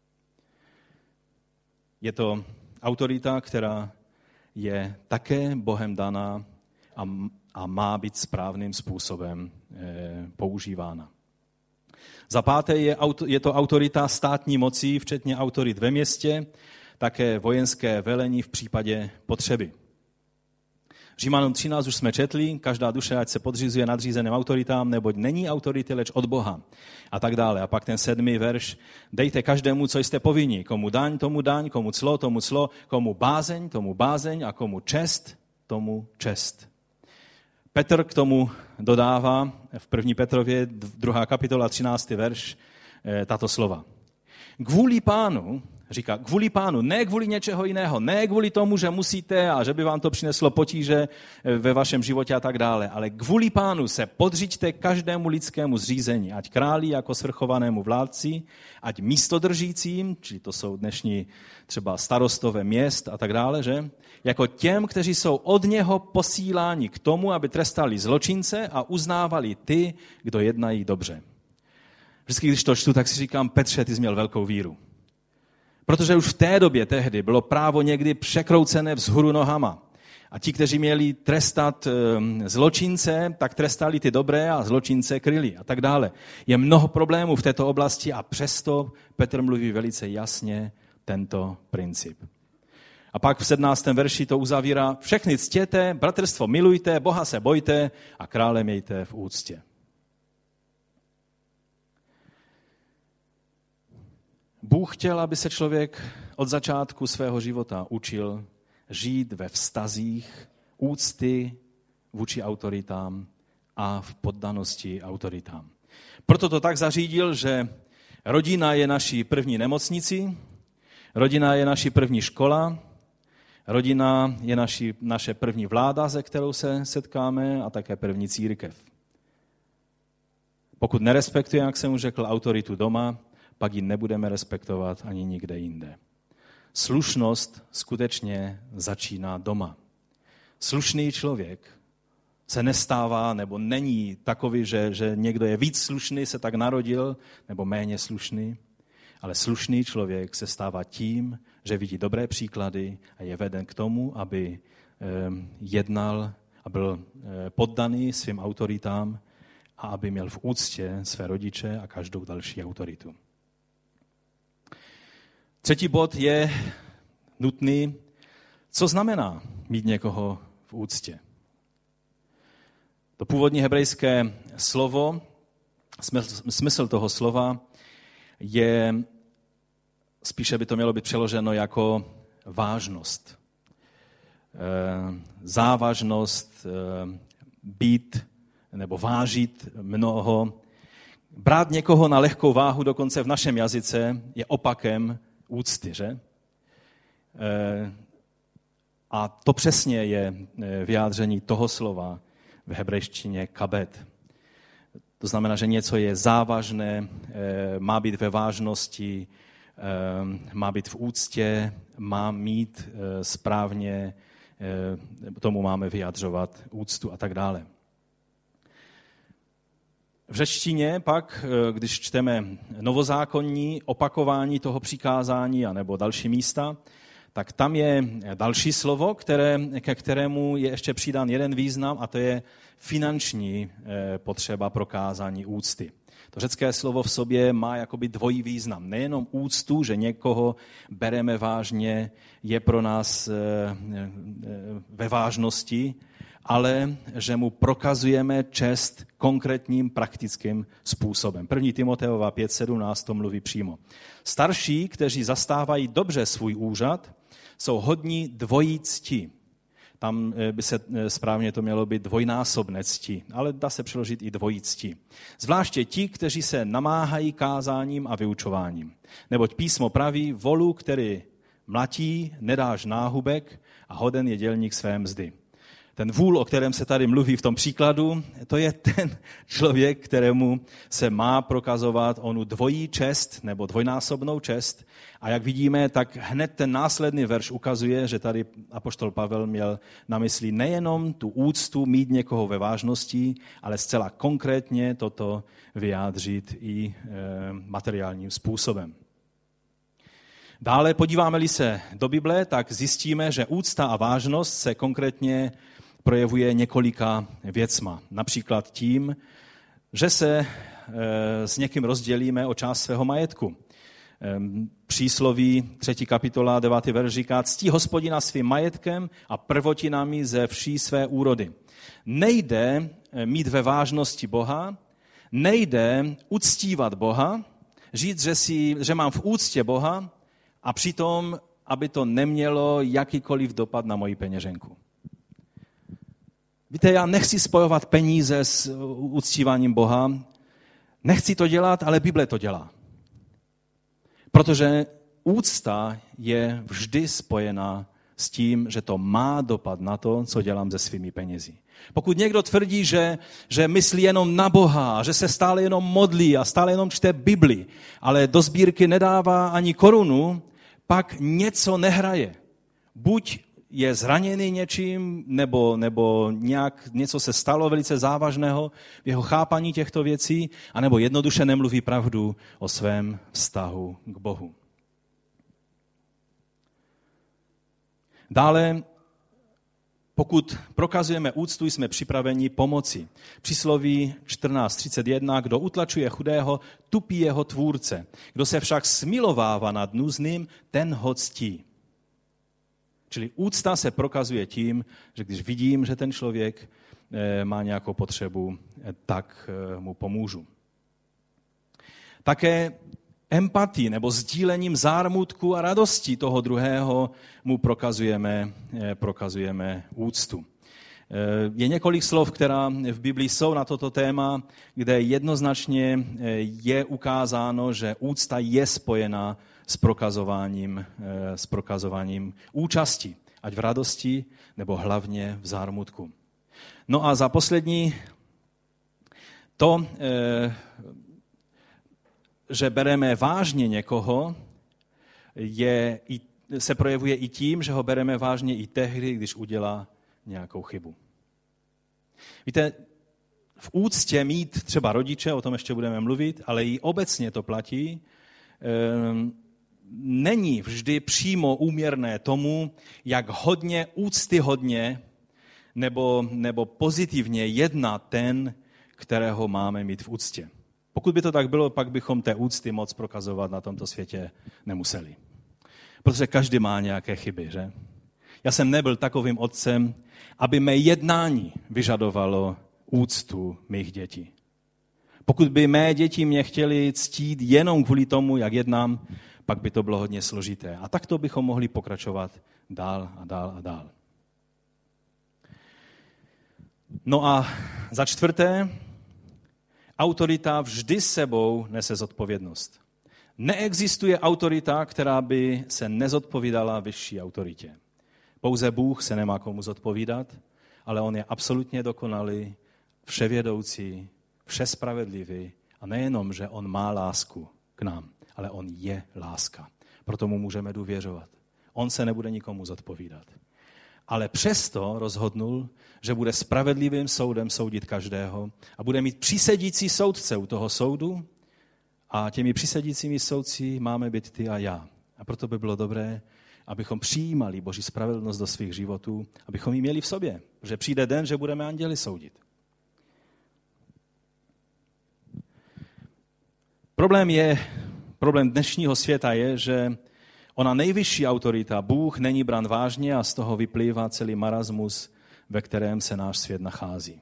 Je to autorita, která je také Bohem daná a má být správným způsobem používána. Za páté je, je to autorita státní moci, včetně autorit ve městě, také vojenské velení v případě potřeby. Římanům třináct už jsme četli, každá duše ať se podřizuje nadřízeným autoritám, neboť není autority, leč od Boha. A tak dále. A pak ten sedmý verš, dejte každému, co jste povinni. Komu daň, tomu daň, komu clo, tomu clo, komu bázeň, tomu bázeň a komu čest, tomu čest. Petr k tomu dodává v první Petrově, druhá kapitola, třináctý verš, tato slova. Kvůli Pánu, říká, kvůli Pánu, ne kvůli něčeho jiného, ne kvůli tomu, že musíte a že by vám to přineslo potíže ve vašem životě a tak dále, ale kvůli Pánu se podřiďte každému lidskému zřízení, ať králi jako svrchovanému vládci, ať místodržícím, čili to jsou dnešní třeba starostové měst a tak dále, že? Jako těm, kteří jsou od něho posíláni k tomu, aby trestali zločince a uznávali ty, kdo jednají dobře. Vždycky, když to čtu, tak si říkám, Petře, ty jsi měl velkou víru. Protože už v té době tehdy bylo právo někdy překroucené vzhůru nohama. A ti, kteří měli trestat zločince, tak trestali ty dobré a zločince kryli a tak dále. Je mnoho problémů v této oblasti a přesto Petr mluví velice jasně tento princip. A pak v sedmnáctém verši to uzavírá, všechny ctěte, bratrstvo milujte, Boha se bojte a krále mějte v úctě. Bůh chtěl, aby se člověk od začátku svého života učil žít ve vztazích úcty vůči autoritám a v poddanosti autoritám. Proto to tak zařídil, že rodina je naší první nemocnicí, rodina je naší první škola, rodina je naši, naše první vláda, se kterou se setkáme, a také první církev. Pokud nerespektuje, jak jsem už řekl, autoritu doma, pak ji nebudeme respektovat ani nikde jinde. Slušnost skutečně začíná doma. Slušný člověk se nestává nebo není takový, že, že někdo je víc slušný, se tak narodil, nebo méně slušný, ale slušný člověk se stává tím, že vidí dobré příklady a je veden k tomu, aby jednal a byl poddaný svým autoritám a aby měl v úctě své rodiče a každou další autoritu. Třetí bod je nutný. Co znamená mít někoho v úctě? To původní hebrejské slovo, smysl toho slova je, spíše by to mělo být přeloženo jako vážnost. Závažnost, být nebo vážit mnoho. Brát někoho na lehkou váhu, dokonce v našem jazyce, je opakem úcty, že? A to přesně je vyjádření toho slova v hebrejštině kabed. To znamená, že něco je závažné, má být ve vážnosti, má být v úctě, má mít správně, tomu máme vyjadřovat úctu a tak dále. V řečtině pak, když čteme novozákonní opakování toho přikázání anebo další místa, tak tam je další slovo, které, ke kterému je ještě přidán jeden význam, a to je finanční potřeba prokázání úcty. To řecké slovo v sobě má jakoby dvojí význam. Nejenom úctu, že někoho bereme vážně, je pro nás ve vážnosti, ale že mu prokazujeme čest konkrétním praktickým způsobem. První Timoteova pět sedmnáct to mluví přímo. Starší, kteří zastávají dobře svůj úřad, jsou hodní dvojí cti. Tam by se správně to mělo být dvojnásobné cti, ale dá se přeložit i dvojí cti. Zvláště ti, kteří se namáhají kázáním a vyučováním. Neboť písmo praví, volu, který mlatí, nedáš náhubek a hoden je dělník své mzdy. Ten vůl, o kterém se tady mluví v tom příkladu, to je ten člověk, kterému se má prokazovat onu dvojí čest nebo dvojnásobnou čest. A jak vidíme, tak hned ten následný verš ukazuje, že tady apoštol Pavel měl na mysli nejenom tu úctu mít někoho ve vážnosti, ale zcela konkrétně toto vyjádřit i e, materiálním způsobem. Dále podíváme-li se do Bible, tak zjistíme, že úcta a vážnost se konkrétně projevuje několika věcma. Například tím, že se s někým rozdělíme o část svého majetku. Přísloví třetí kapitola devátý verš říká, ctí Hospodina svým majetkem a prvotinami ze vší své úrody. Nejde mít ve vážnosti Boha, nejde uctívat Boha, říct, že, si, že mám v úctě Boha a přitom, aby to nemělo jakýkoliv dopad na moji peněženku. Víte, já nechci spojovat peníze s uctíváním Boha, nechci to dělat, ale Bible to dělá. Protože úcta je vždy spojená s tím, že to má dopad na to, co dělám se svými penězi. Pokud někdo tvrdí, že, že myslí jenom na Boha, že se stále jenom modlí a stále jenom čte Bibli, ale do sbírky nedává ani korunu, pak něco nehraje. Buď je zraněný něčím, nebo, nebo nějak něco se stalo velice závažného v jeho chápaní těchto věcí, anebo jednoduše nemluví pravdu o svém vztahu k Bohu. Dále, pokud prokazujeme úctu, jsme připraveni pomoci. Přísloví čtrnáct třicet jedna, kdo utlačuje chudého, tupí jeho tvůrce. Kdo se však smilovává nad núzným, ten ho ctí. Čili úcta se prokazuje tím, že když vidím, že ten člověk má nějakou potřebu, tak mu pomůžu. Také empatii nebo sdílením zármutku a radosti toho druhého mu prokazujeme, prokazujeme úctu. Je několik slov, která v Biblii jsou na toto téma, kde jednoznačně je ukázáno, že úcta je spojena s prokazováním, s prokazováním účasti, ať v radosti, nebo hlavně v zármutku. No a za poslední to, že bereme vážně někoho, je, se projevuje i tím, že ho bereme vážně i tehdy, když udělá nějakou chybu. Víte, v úctě mít třeba rodiče, o tom ještě budeme mluvit, ale i obecně to platí, není vždy přímo úměrné tomu, jak hodně úctyhodně nebo, nebo pozitivně jedná ten, kterého máme mít v úctě. Pokud by to tak bylo, pak bychom té úcty moc prokazovat na tomto světě nemuseli. Protože každý má nějaké chyby, že? Já jsem nebyl takovým otcem, aby mé jednání vyžadovalo úctu mých dětí. Pokud by mé děti mě chtěli ctít jenom kvůli tomu, jak jednám, pak by to bylo hodně složité. A takto bychom mohli pokračovat dál a dál a dál. No a za čtvrté, autorita vždy sebou nese zodpovědnost. Neexistuje autorita, která by se nezodpovídala vyšší autoritě. Pouze Bůh se nemá komu zodpovídat, ale on je absolutně dokonalý, vševědoucí, všespravedlivý a nejenom, že on má lásku k nám, ale on je láska. Proto mu můžeme důvěřovat. On se nebude nikomu zodpovídat. Ale přesto rozhodnul, že bude spravedlivým soudem soudit každého a bude mít přísedící soudce u toho soudu a těmi přísedícími soudci máme být ty a já. A proto by bylo dobré, abychom přijímali Boží spravedlnost do svých životů, abychom ji měli v sobě, že přijde den, že budeme anděli soudit. Problém je, problém dnešního světa je, že ona nejvyšší autorita, Bůh, není brán vážně a z toho vyplývá celý marasmus, ve kterém se náš svět nachází.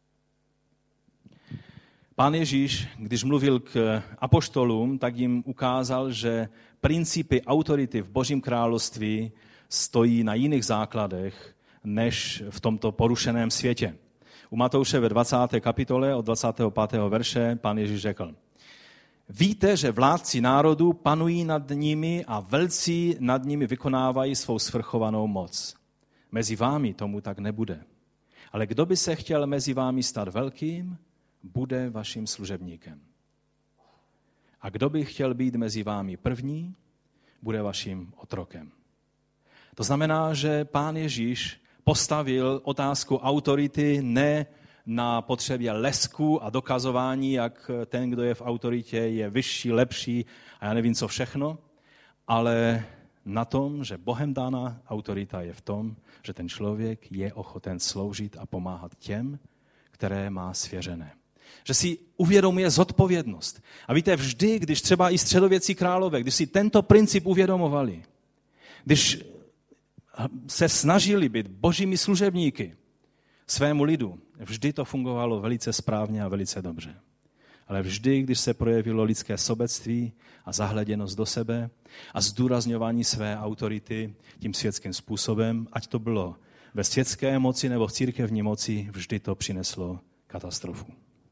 Pán Ježíš, když mluvil k apoštolům, tak jim ukázal, že principy autority v Božím království stojí na jiných základech, než v tomto porušeném světě. U Matouše ve dvacáté kapitole od dvacátého pátého verše pán Ježíš řekl: Víte, že vládci národů panují nad nimi a velcí nad nimi vykonávají svou svrchovanou moc. Mezi vámi tomu tak nebude. Ale kdo by se chtěl mezi vámi stát velkým, bude vaším služebníkem. A kdo by chtěl být mezi vámi první, bude vaším otrokem. To znamená, že pán Ježíš postavil otázku autority ne na potřebě lesku a dokazování, jak ten, kdo je v autoritě, je vyšší, lepší a já nevím co všechno, ale na tom, že Bohem dána autorita je v tom, že ten člověk je ochoten sloužit a pomáhat těm, které má svěřené. Že si uvědomuje zodpovědnost. A víte, vždy, když třeba i středověcí králové, když si tento princip uvědomovali, když se snažili být božími služebníky svému lidu, vždy to fungovalo velice správně a velice dobře. Ale vždy, když se projevilo lidské sobectví a zahleděnost do sebe a zdůrazňování své autority tím světským způsobem, ať to bylo ve světské moci nebo v církevní moci, vždy to přineslo katastrofu.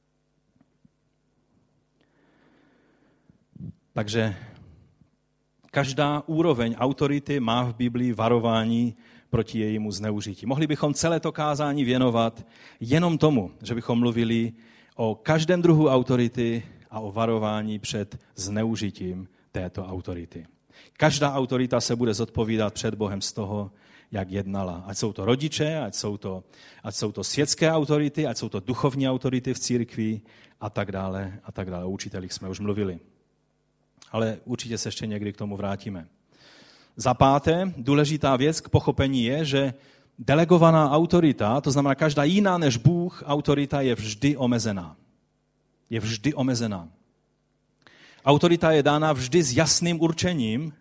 Takže každá úroveň autority má v Biblii varování proti jejímu zneužití. Mohli bychom celé to kázání věnovat jenom tomu, že bychom mluvili o každém druhu autority a o varování před zneužitím této autority. Každá autorita se bude zodpovídat před Bohem z toho, jak jednala. Ať jsou to rodiče, ať jsou to, ať jsou to světské autority, ať jsou to duchovní autority v církvi a tak dále a tak dále. O učitelích jsme už mluvili. Ale určitě se ještě někdy k tomu vrátíme. Za páté, důležitá věc k pochopení je, že delegovaná autorita, to znamená každá jiná než Bůh, autorita je vždy omezená. Je vždy omezená. Autorita je dána vždy s jasným určením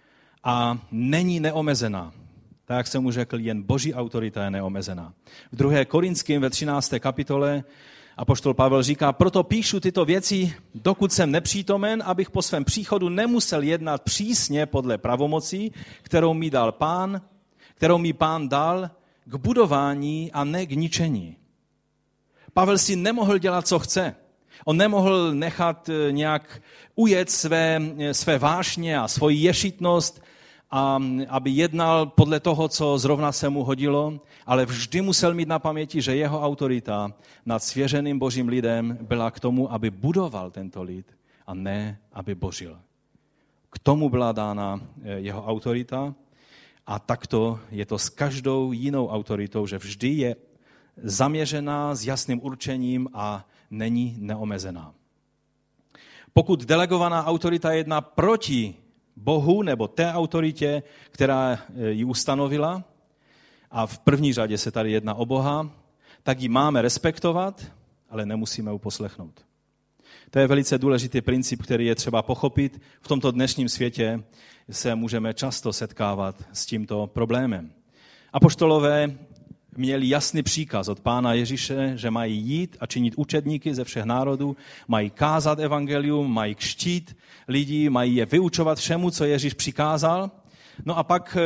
a není neomezená. Tak, jak jsem už řekl, jen Boží autorita je neomezená. V druhé Korinským ve třinácté kapitole apoštol Pavel říká, proto píšu tyto věci, dokud jsem nepřítomen, abych po svém příchodu nemusel jednat přísně podle pravomocí, kterou mi dal Pán, kterou mi Pán dal k budování a ne k ničení. Pavel si nemohl dělat, co chce. On nemohl nechat nějak ujet své, své vášně a svoji ješitnost, a aby jednal podle toho, co zrovna se mu hodilo, ale vždy musel mít na paměti, že jeho autorita nad svěřeným božím lidem byla k tomu, aby budoval tento lid a ne, aby božil. K tomu byla dána jeho autorita a takto je to s každou jinou autoritou, že vždy je zaměřená s jasným určením a není neomezená. Pokud delegovaná autorita jedná proti Bohu nebo té autoritě, která ji ustanovila, a v první řadě se tady jedná o Boha, tak ji máme respektovat, ale nemusíme ji poslechnout. To je velice důležitý princip, který je třeba pochopit. V tomto dnešním světě se můžeme často setkávat s tímto problémem. Apoštolové měli jasný příkaz od Pána Ježíše, že mají jít a činit učedníky ze všech národů, mají kázat evangelium, mají křtít lidi, mají je vyučovat všemu, co Ježíš přikázal. No a pak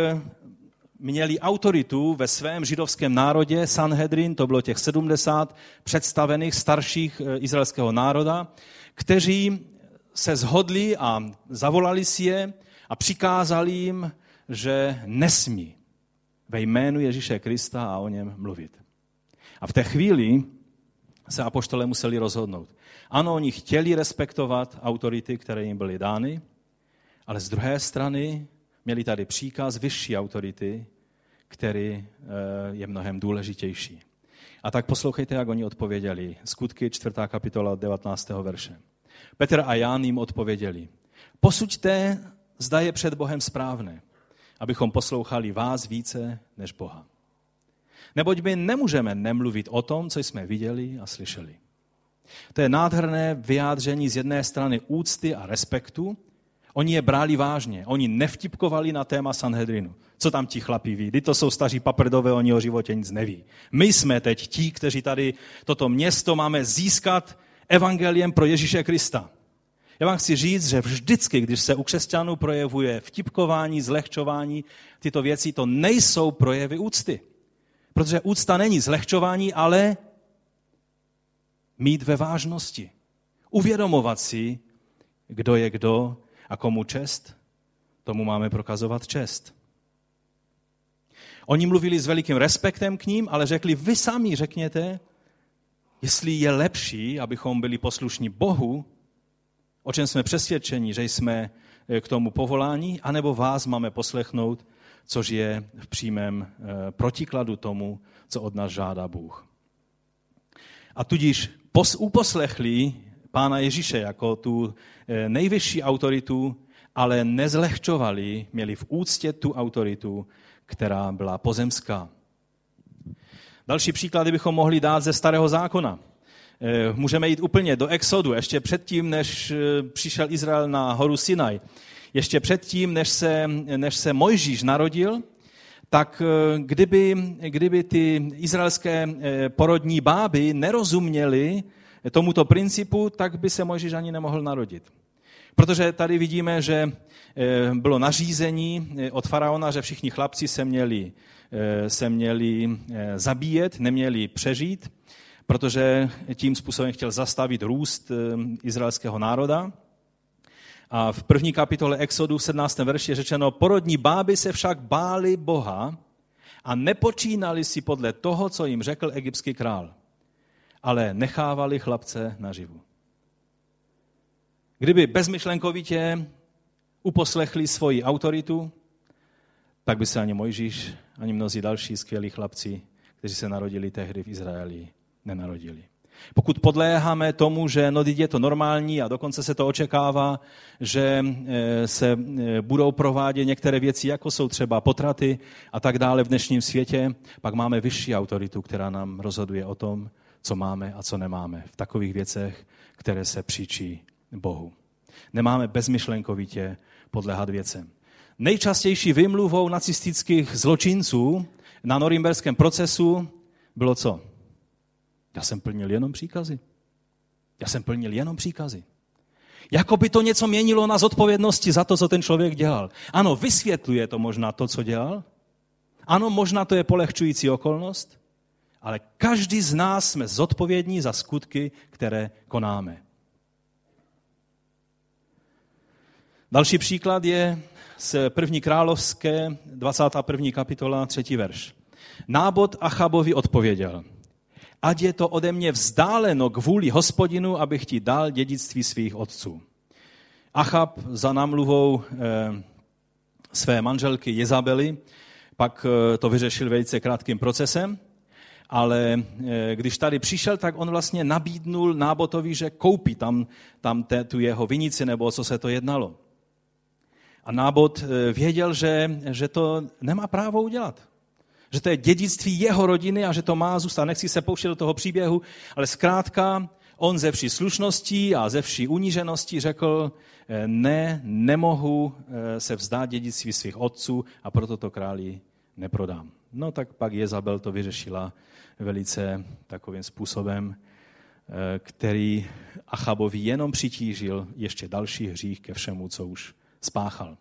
měli autoritu ve svém židovském národě, Sanhedrin, to bylo těch sedmdesát představených starších izraelského národa, kteří se shodli a zavolali si je a přikázali jim, že nesmí ve jménu Ježíše Krista a o něm mluvit. A v té chvíli se apoštolé museli rozhodnout. Ano, oni chtěli respektovat autority, které jim byly dány, ale z druhé strany měli tady příkaz vyšší autority, který je mnohem důležitější. A tak poslouchejte, jak oni odpověděli. Skutky, čtvrtá kapitola od devatenáctého verše. Petr a Jan jim odpověděli. Posuďte, zda je před Bohem správné, abychom poslouchali vás více než Boha. Neboť my nemůžeme nemluvit o tom, co jsme viděli a slyšeli. To je nádherné vyjádření z jedné strany úcty a respektu. Oni je brali vážně. Oni nevtipkovali na téma Sanhedrinu. Co tam ti chlapí ví? Ty to jsou staří paprdové, oni o životě nic neví. My jsme teď ti, kteří tady toto město máme získat evangeliem pro Ježíše Krista. Já vám chci říct, že vždycky, když se u křesťanů projevuje vtipkování, zlehčování, tyto věci, to nejsou projevy úcty. Protože úcta není zlehčování, ale mít ve vážnosti. Uvědomovat si, kdo je kdo a komu čest, tomu máme prokazovat čest. Oni mluvili s velikým respektem k ním, ale řekli, vy sami řekněte, jestli je lepší, abychom byli poslušní Bohu, o čem jsme přesvědčeni, že jsme k tomu povoláni, anebo vás máme poslechnout, což je v přímém protikladu tomu, co od nás žádá Bůh. A tudíž pos, uposlechli Pána Ježíše jako tu nejvyšší autoritu, ale nezlehčovali, měli v úctě tu autoritu, která byla pozemská. Další příklady bychom mohli dát ze Starého zákona. Můžeme jít úplně do Exodu, ještě předtím, než přišel Izrael na horu Sinaj. Ještě předtím, než se, než se Mojžíš narodil, tak kdyby, kdyby ty izraelské porodní báby nerozuměly tomuto principu, tak by se Mojžíš ani nemohl narodit. Protože tady vidíme, že bylo nařízení od faraona, že všichni chlapci se měli, se měli zabíjet, neměli přežít, protože tím způsobem chtěl zastavit růst izraelského národa. A v první kapitole Exodu v sedmnáctém verši je řečeno, porodní báby se však báli Boha a nepočínali si podle toho, co jim řekl egyptský král, ale nechávali chlapce naživu. Kdyby bezmyšlenkovitě uposlechli svoji autoritu, tak by se ani Mojžíš, ani mnozí další skvělí chlapci, kteří se narodili tehdy v Izraeli, nenarodili. Pokud podléháme tomu, že no, je to normální a dokonce se to očekává, že se budou provádět některé věci, jako jsou třeba potraty a tak dále v dnešním světě, pak máme vyšší autoritu, která nám rozhoduje o tom, co máme a co nemáme v takových věcech, které se příčí Bohu. Nemáme bezmyšlenkovitě podléhat věcem. Nejčastější vymluvou nacistických zločinců na norimberském procesu bylo co? Já jsem plnil jenom příkazy. Já jsem plnil jenom příkazy. Jako by to něco měnilo na zodpovědnosti za to, co ten člověk dělal. Ano, vysvětluje to možná to, co dělal. Ano, možná to je polehčující okolnost, ale každý z nás jsme zodpovědní za skutky, které konáme. Další příklad je z první královské, dvacátá první kapitola, třetí verš. Nábot Achabovi odpověděl, ať je to ode mě vzdáleno k vůli Hospodinu, abych ti dal dědictví svých otců. Achab za námluvou e, své manželky Jezabely pak e, to vyřešil velice krátkým procesem, ale e, když tady přišel, tak on vlastně nabídnul Nábotovi, že koupí tam, tam te, tu jeho vinici, nebo o co se to jednalo. A Nábot věděl, že, že to nemá právo udělat. Že to je dědictví jeho rodiny a že to má zůstat. Nechci se pouštět do toho příběhu, ale zkrátka on ze vší slušností a ze vší uníženosti řekl, ne, nemohu se vzdát dědictví svých otců a proto to králi neprodám. No tak pak Jezabel to vyřešila velice takovým způsobem, který Achabovi jenom přitížil ještě další hřích ke všemu, co už spáchal.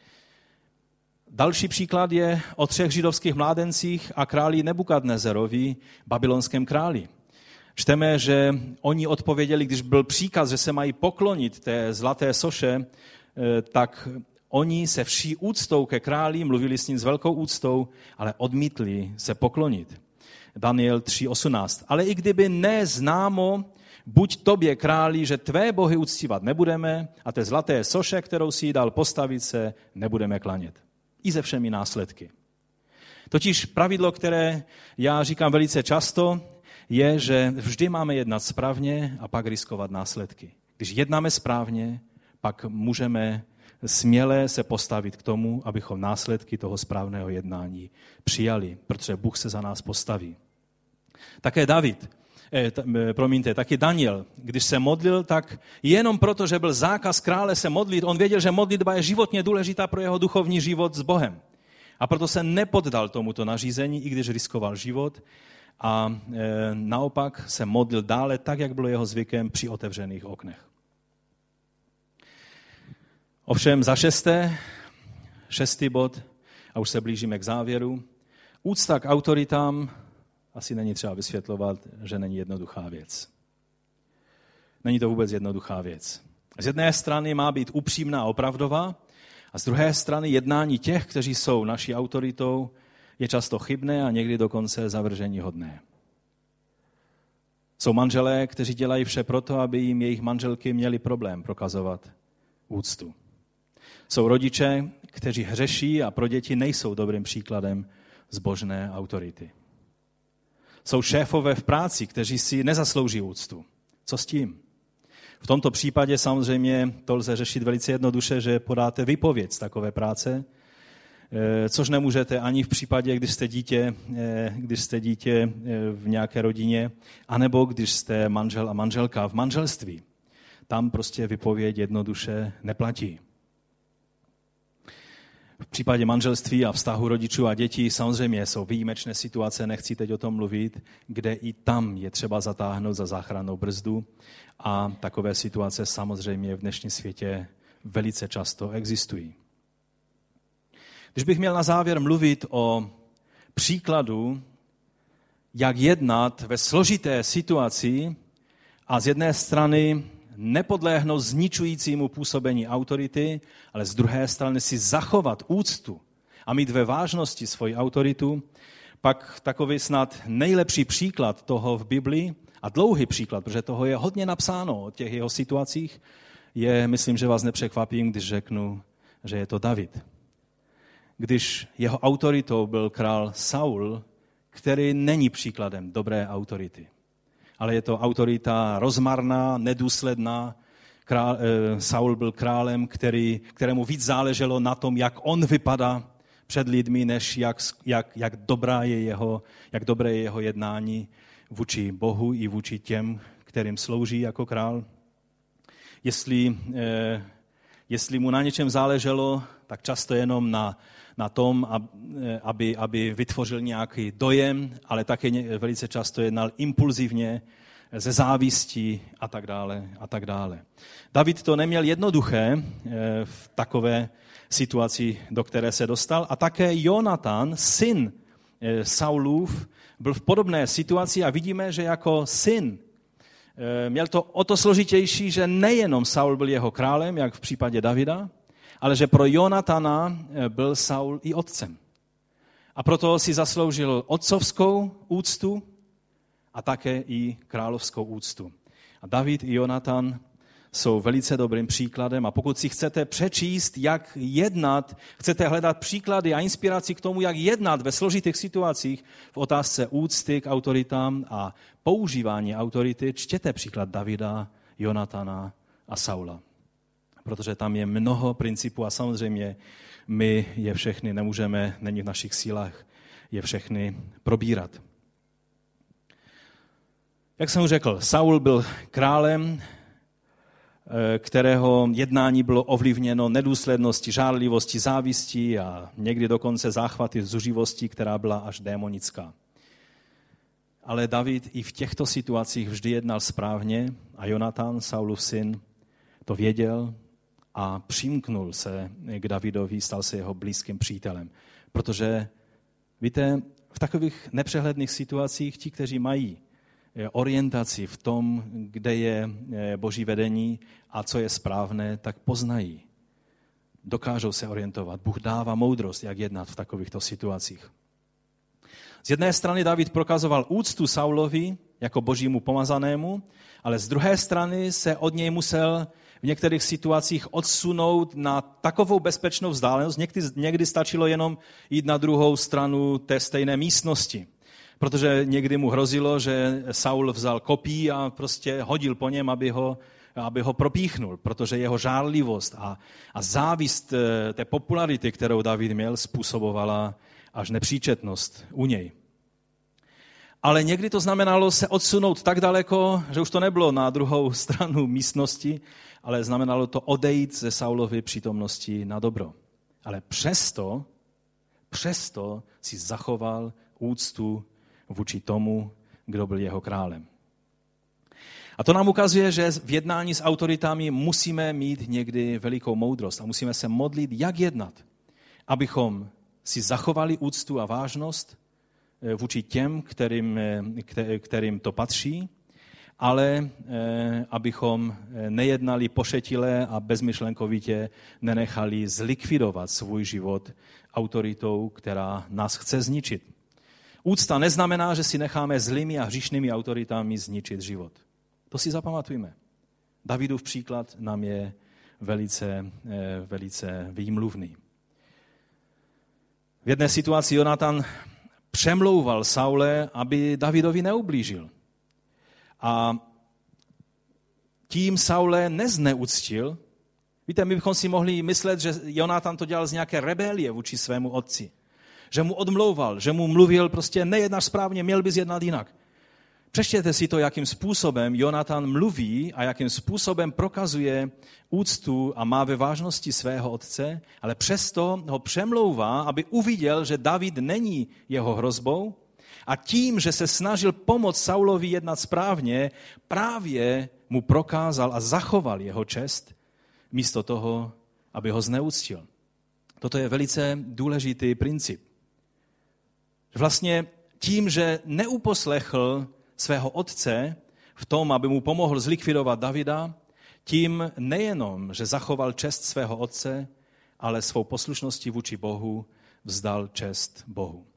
Další příklad je o třech židovských mládencích a králi Nebukadnezarovi, babylonském králi. Čteme, že oni odpověděli, když byl příkaz, že se mají poklonit té zlaté soše, tak oni se vší úctou ke králi, mluvili s ním s velkou úctou, ale odmítli se poklonit. Daniel tři osmnáct. Ale i kdyby neznámo, buď tobě, králi, že tvé bohy uctívat nebudeme a té zlaté soše, kterou si dal postavit, se nebudeme klanět. I se všemi následky. Totiž pravidlo, které já říkám velice často, je, že vždy máme jednat správně a pak riskovat následky. Když jednáme správně, pak můžeme směle se postavit k tomu, abychom následky toho správného jednání přijali, protože Bůh se za nás postaví. Také David, eh, t, eh, promiňte, taky Daniel, když se modlil, tak jenom proto, že byl zákaz krále se modlit, on věděl, že modlitba je životně důležitá pro jeho duchovní život s Bohem. A proto se nepoddal tomuto nařízení, i když riskoval život, a e, naopak se modlil dále, tak, jak bylo jeho zvykem při otevřených oknech. Ovšem za šesté, šestý bod, a už se blížíme k závěru, úcta k autoritám asi není třeba vysvětlovat, že není jednoduchá věc. Není to vůbec jednoduchá věc. Z jedné strany má být upřímná a opravdová, a z druhé strany jednání těch, kteří jsou naší autoritou, je často chybné a někdy dokonce zavrženíhodné. Jsou manželé, kteří dělají vše proto, aby jim jejich manželky měli problém prokazovat úctu. Jsou rodiče, kteří hřeší a pro děti nejsou dobrým příkladem zbožné autority. Jsou šéfové v práci, kteří si nezaslouží úctu. Co s tím? V tomto případě samozřejmě to lze řešit velice jednoduše, že podáte výpověď z takové práce, což nemůžete ani v případě, když jste dítě, když jste dítě v nějaké rodině, anebo když jste manžel a manželka v manželství. Tam prostě výpověď jednoduše neplatí. V případě manželství a vztahu rodičů a dětí samozřejmě jsou výjimečné situace, nechci teď o tom mluvit, kde i tam je třeba zatáhnout za záchrannou brzdu a takové situace samozřejmě v dnešním světě velice často existují. Když bych měl na závěr mluvit o příkladu, jak jednat ve složité situaci a z jedné strany nepodléhnout zničujícímu působení autority, ale z druhé strany si zachovat úctu a mít ve vážnosti svoji autoritu, pak takový snad nejlepší příklad toho v Biblii a dlouhý příklad, protože toho je hodně napsáno o těch jeho situacích, je, myslím, že vás nepřekvapím, když řeknu, že je to David. Když jeho autoritou byl král Saul, který není příkladem dobré autority. Ale je to autorita rozmarná, nedůsledná. Král, e, Saul byl králem, který, kterému víc záleželo na tom, jak on vypadá před lidmi, než jak, jak, jak, dobrá je jeho, jak dobré je jeho jednání vůči Bohu i vůči těm, kterým slouží jako král. Jestli, e, jestli mu na něčem záleželo, tak často jenom na na tom, aby, aby vytvořil nějaký dojem, ale také velice často jednal impulzivně, ze závistí a tak dále a tak dále. David to neměl jednoduché v takové situaci, do které se dostal, a také Jonatan, syn Saulův, byl v podobné situaci a vidíme, že jako syn měl to o to složitější, že nejenom Saul byl jeho králem, jak v případě Davida, ale že pro Jonatana byl Saul i otcem. A proto si zasloužil otcovskou úctu a také i královskou úctu. A David i Jonatan jsou velice dobrým příkladem a pokud si chcete přečíst, jak jednat, chcete hledat příklady a inspiraci k tomu, jak jednat ve složitých situacích v otázce úcty k autoritám a používání autority, čtěte příklad Davida, Jonatana a Saula. Protože tam je mnoho principů a samozřejmě my je všechny nemůžeme, není v našich sílách je všechny probírat. Jak jsem už řekl, Saul byl králem, kterého jednání bylo ovlivněno nedůsledností, žárlivostí, závistí a někdy dokonce záchvaty zuřivostí, která byla až démonická. Ale David i v těchto situacích vždy jednal správně a Jonatan, Saulův syn, to věděl a přimknul se k Davidovi, stal se jeho blízkým přítelem. Protože, víte, v takových nepřehledných situacích ti, kteří mají orientaci v tom, kde je Boží vedení a co je správné, tak poznají. Dokážou se orientovat. Bůh dává moudrost, jak jednat v takovýchto situacích. Z jedné strany David prokazoval úctu Saulovi jako božímu pomazanému, ale z druhé strany se od něj musel v některých situacích odsunout na takovou bezpečnou vzdálenost. Někdy, někdy stačilo jenom jít na druhou stranu té stejné místnosti. Protože někdy mu hrozilo, že Saul vzal kopí a prostě hodil po něm, aby ho, aby ho propíchnul, protože jeho žárlivost a, a závist té popularity, kterou David měl, způsobovala až nepříčetnost u něj. Ale někdy to znamenalo se odsunout tak daleko, že už to nebylo na druhou stranu místnosti, ale znamenalo to odejít ze Saulovy přítomnosti na dobro. Ale přesto, přesto si zachoval úctu vůči tomu, kdo byl jeho králem. A to nám ukazuje, že v jednání s autoritami musíme mít někdy velikou moudrost a musíme se modlit, jak jednat, abychom si zachovali úctu a vážnost vůči těm, kterým, kterým to patří, ale abychom nejednali pošetilé a bezmyšlenkovitě nenechali zlikvidovat svůj život autoritou, která nás chce zničit. Úcta neznamená, že si necháme zlými a hříšnými autoritami zničit život. To si zapamatujme. Davidův příklad nám je velice, velice výmluvný. V jedné situaci Jonatan přemlouval Saule, aby Davidovi neublížil. A tím Saule nezneuctil. Víte, my bychom si mohli myslet, že Jonatan to dělal z nějaké rebelie vůči svému otci. Že mu odmlouval, že mu mluvil prostě nejednáš správně, měl bys jednat jinak. Přečtěte si to, jakým způsobem Jonatan mluví a jakým způsobem prokazuje úctu a má ve vážnosti svého otce, ale přesto ho přemlouvá, aby uviděl, že David není jeho hrozbou a tím, že se snažil pomoct Saulovi jednat správně, právě mu prokázal a zachoval jeho čest místo toho, aby ho zneuctil. Toto je velice důležitý princip. Vlastně tím, že neuposlechl svého otce v tom, aby mu pomohl zlikvidovat Davida, tím nejenom, že zachoval čest svého otce, ale svou poslušností vůči Bohu vzdal čest Bohu.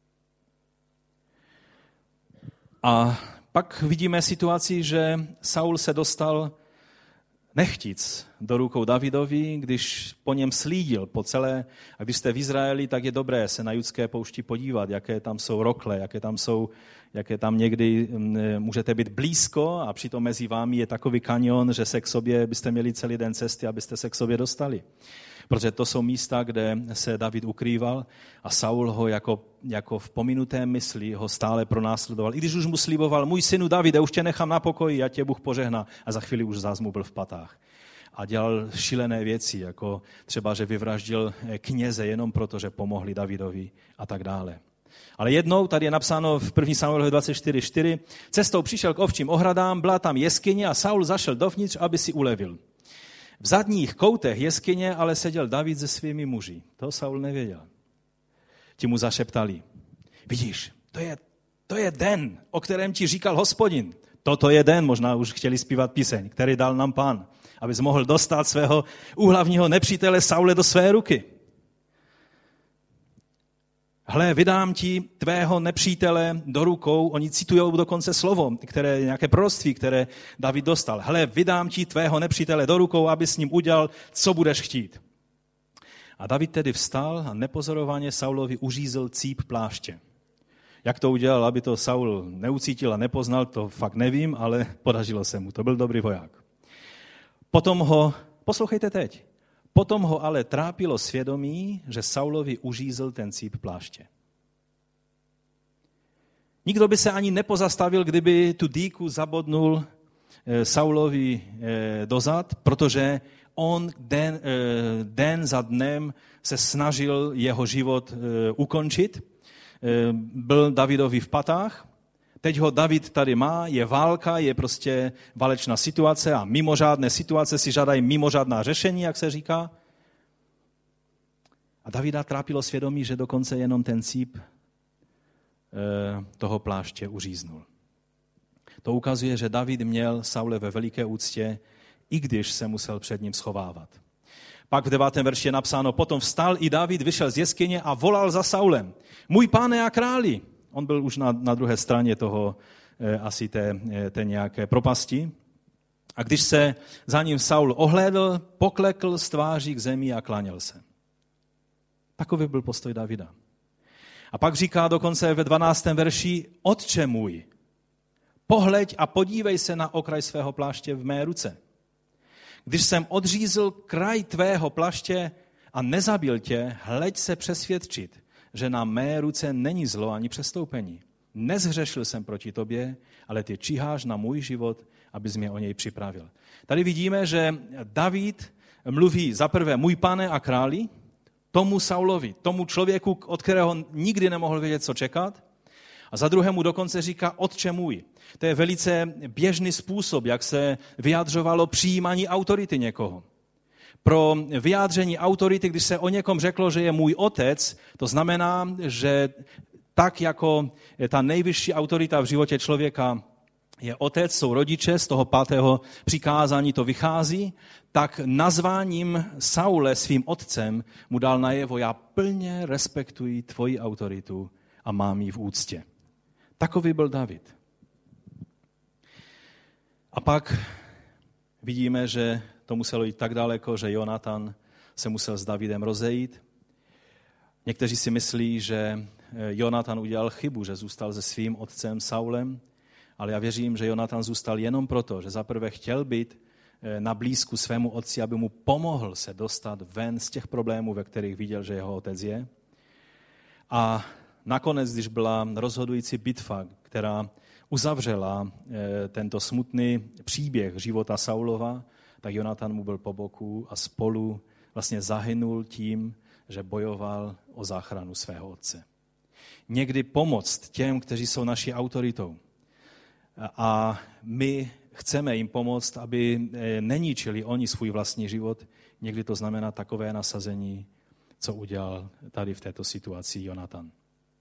A pak vidíme situaci, že Saul se dostal nechtic do rukou Davidovi, když po něm slídil po celé, a když jste v Izraeli, tak je dobré se na judské poušti podívat, jaké tam jsou rokle, jaké tam jsou, jaké tam někdy můžete být blízko a přitom mezi vámi je takový kanion, že se k sobě byste měli celý den cesty, abyste se k sobě dostali. Protože to jsou místa, kde se David ukrýval a Saul ho jako, jako v pominuté mysli ho stále pronásledoval. I když už mu sliboval, můj synu Davide, už tě nechám na pokoji, já tě Bůh požehná. A za chvíli už zás mu byl v patách. A dělal šílené věci, jako třeba, že vyvraždil kněze jenom proto, že pomohli Davidovi a tak dále. Ale jednou, tady je napsáno v první Samuelovi dvacet čtyři čtyři, cestou přišel k ovčím ohradám, byla tam jeskyně a Saul zašel dovnitř, aby si ulevil. V zadních koutech jeskyně ale seděl David se svými muži. To Saul nevěděl. Ti mu zašeptali. Vidíš, to je, to je den, o kterém ti říkal Hospodin. Toto je den, možná už chtěli zpívat píseň, který dal nám Pán, abys mohl dostat svého úhlavního nepřítele Saule do své ruky. Hle, vydám ti tvého nepřítele do rukou, oni citují dokonce slovo, které, nějaké proroctví, které David dostal. Hle, vydám ti tvého nepřítele do rukou, aby s ním udělal, co budeš chtít. A David tedy vstal a nepozorovaně Saulovi uřízl cíp pláště. Jak to udělal, aby to Saul neucítil a nepoznal, to fakt nevím, ale podařilo se mu, to byl dobrý voják. Potom ho, poslouchejte teď, Potom ho ale trápilo svědomí, že Saulovi uřízl ten cíp pláště. Nikdo by se ani nepozastavil, kdyby tu dýku zabodnul Saulovi dozad, protože on den, den za dnem se snažil jeho život ukončit. Byl Davidovi v patách. Teď ho David tady má, je válka, je prostě válečná situace a mimořádné situace si žádají mimořádná řešení, jak se říká. A Davida trápilo svědomí, že dokonce jenom ten cíp toho pláště uříznul. To ukazuje, že David měl Saule ve veliké úctě, i když se musel před ním schovávat. Pak v devátém verši je napsáno, potom vstal i David, vyšel z jeskyně a volal za Saulem. Můj pane a králi. On byl už na, na druhé straně toho eh, asi té, té nějaké propasti. A když se za ním Saul ohlédl, poklekl z tváří k zemi a klaněl se. Takový byl postoj Davida. A pak říká dokonce ve dvanáctém verši, Otče můj, pohleď a podívej se na okraj svého pláště v mé ruce. Když jsem odřízl kraj tvého pláště a nezabil tě, hleď se přesvědčit, že na mé ruce není zlo ani přestoupení. Nezhřešil jsem proti tobě, ale ty číháš na můj život, abys mě o něj připravil. Tady vidíme, že David mluví za prvé můj pane a králi, tomu Saulovi, tomu člověku, od kterého nikdy nemohl vědět, co čekat, a za druhému dokonce říká Otče můj. To je velice běžný způsob, jak se vyjadřovalo přijímání autority někoho. Pro vyjádření autority, když se o někom řeklo, že je můj otec, to znamená, že tak jako ta nejvyšší autorita v životě člověka je otec, jsou rodiče, z toho pátého přikázání to vychází, tak nazváním Saule svým otcem mu dal najevo, já plně respektuji tvoji autoritu a mám ji v úctě. Takový byl David. A pak vidíme, že to muselo jít tak daleko, že Jonatan se musel s Davidem rozejít. Někteří si myslí, že Jonatan udělal chybu, že zůstal se svým otcem Saulem, ale já věřím, že Jonatan zůstal jenom proto, že zaprvé chtěl být na blízku svému otci, aby mu pomohl se dostat ven z těch problémů, ve kterých viděl, že jeho otec je. A nakonec, když byla rozhodující bitva, která uzavřela tento smutný příběh života Saulova, tak Jonatan mu byl po boku a spolu vlastně zahynul tím, že bojoval o záchranu svého otce. Někdy pomoct těm, kteří jsou naší autoritou. A my chceme jim pomoct, aby neníčili oni svůj vlastní život. Někdy to znamená takové nasazení, co udělal tady v této situaci Jonatan.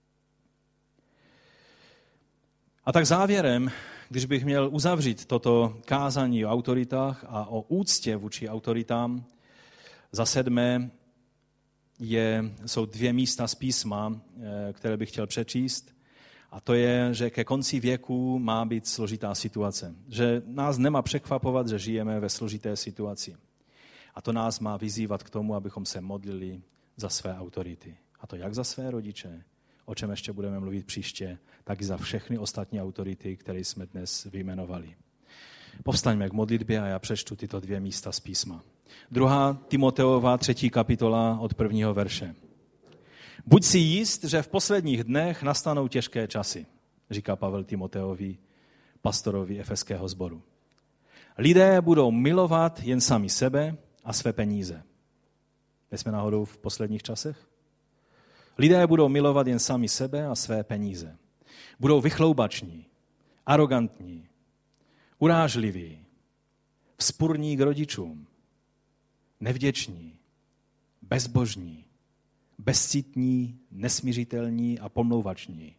A tak závěrem, když bych měl uzavřít toto kázání o autoritách a o úctě vůči autoritám, za sedmé je, jsou dvě místa z písma, které bych chtěl přečíst. A to je, že ke konci věku má být složitá situace. Že nás nemá překvapovat, že žijeme ve složité situaci. A to nás má vyzývat k tomu, abychom se modlili za své autority. A to jak za své rodiče, o čem ještě budeme mluvit příště, tak i za všechny ostatní autority, které jsme dnes vyjmenovali. Povstaňme k modlitbě a já přečtu tyto dvě místa z písma. Druhá Timoteova, třetí kapitola od prvního verše. Buď si jist, že v posledních dnech nastanou těžké časy, říká Pavel Timoteovi, pastorovi efeského sboru. Lidé budou milovat jen sami sebe a své peníze. Nejsme náhodou v posledních časech? Lidé budou milovat jen sami sebe a své peníze. Budou vychloubační, arogantní, urážliví, vzpurní k rodičům, nevděční, bezbožní, bezcitní, nesmiřitelní a pomlouvační,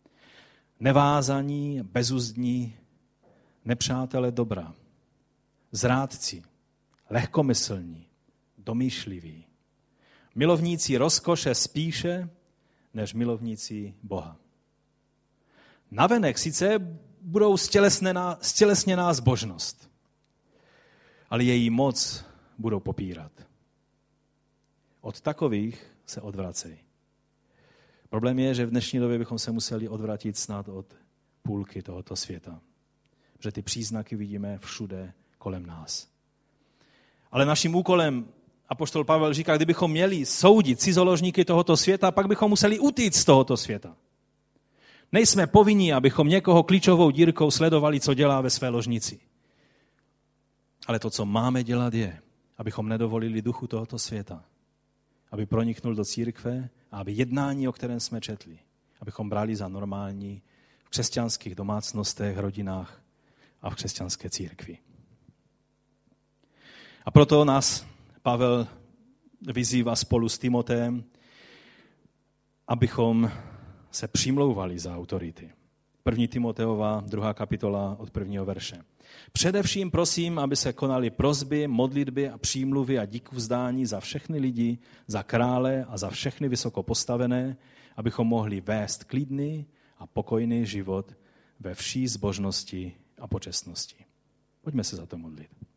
nevázaní, bezuzdní, nepřátelé dobra, zrádci, lehkomyslní, domýšliví, milovníci rozkoše spíše, než milovníci Boha. Navenek sice budou stělesněná zbožnost, ale její moc budou popírat. Od takových se odvracejí. Problém je, že v dnešní době bychom se museli odvrátit snad od půlky tohoto světa. Protože ty příznaky vidíme všude kolem nás. Ale naším úkolem, apoštol Pavel říká, kdybychom měli soudit cizoložníky tohoto světa, pak bychom museli utíct z tohoto světa. Nejsme povinni, abychom někoho klíčovou dírkou sledovali, co dělá ve své ložnici. Ale to, co máme dělat, je, abychom nedovolili duchu tohoto světa, aby proniknul do církve a aby jednání, o kterém jsme četli, abychom brali za normální v křesťanských domácnostech, rodinách a v křesťanské církvi. A proto nás Pavel vyzývá spolu s Timoteem, abychom se přimlouvali za autority. První Timoteova, druhá kapitola od prvního verše. Především prosím, aby se konaly prosby, modlitby a přímluvy a díkvzdání za všechny lidi, za krále a za všechny vysoko postavené, abychom mohli vést klidný a pokojný život ve vší zbožnosti a počestnosti. Pojďme se za to modlit.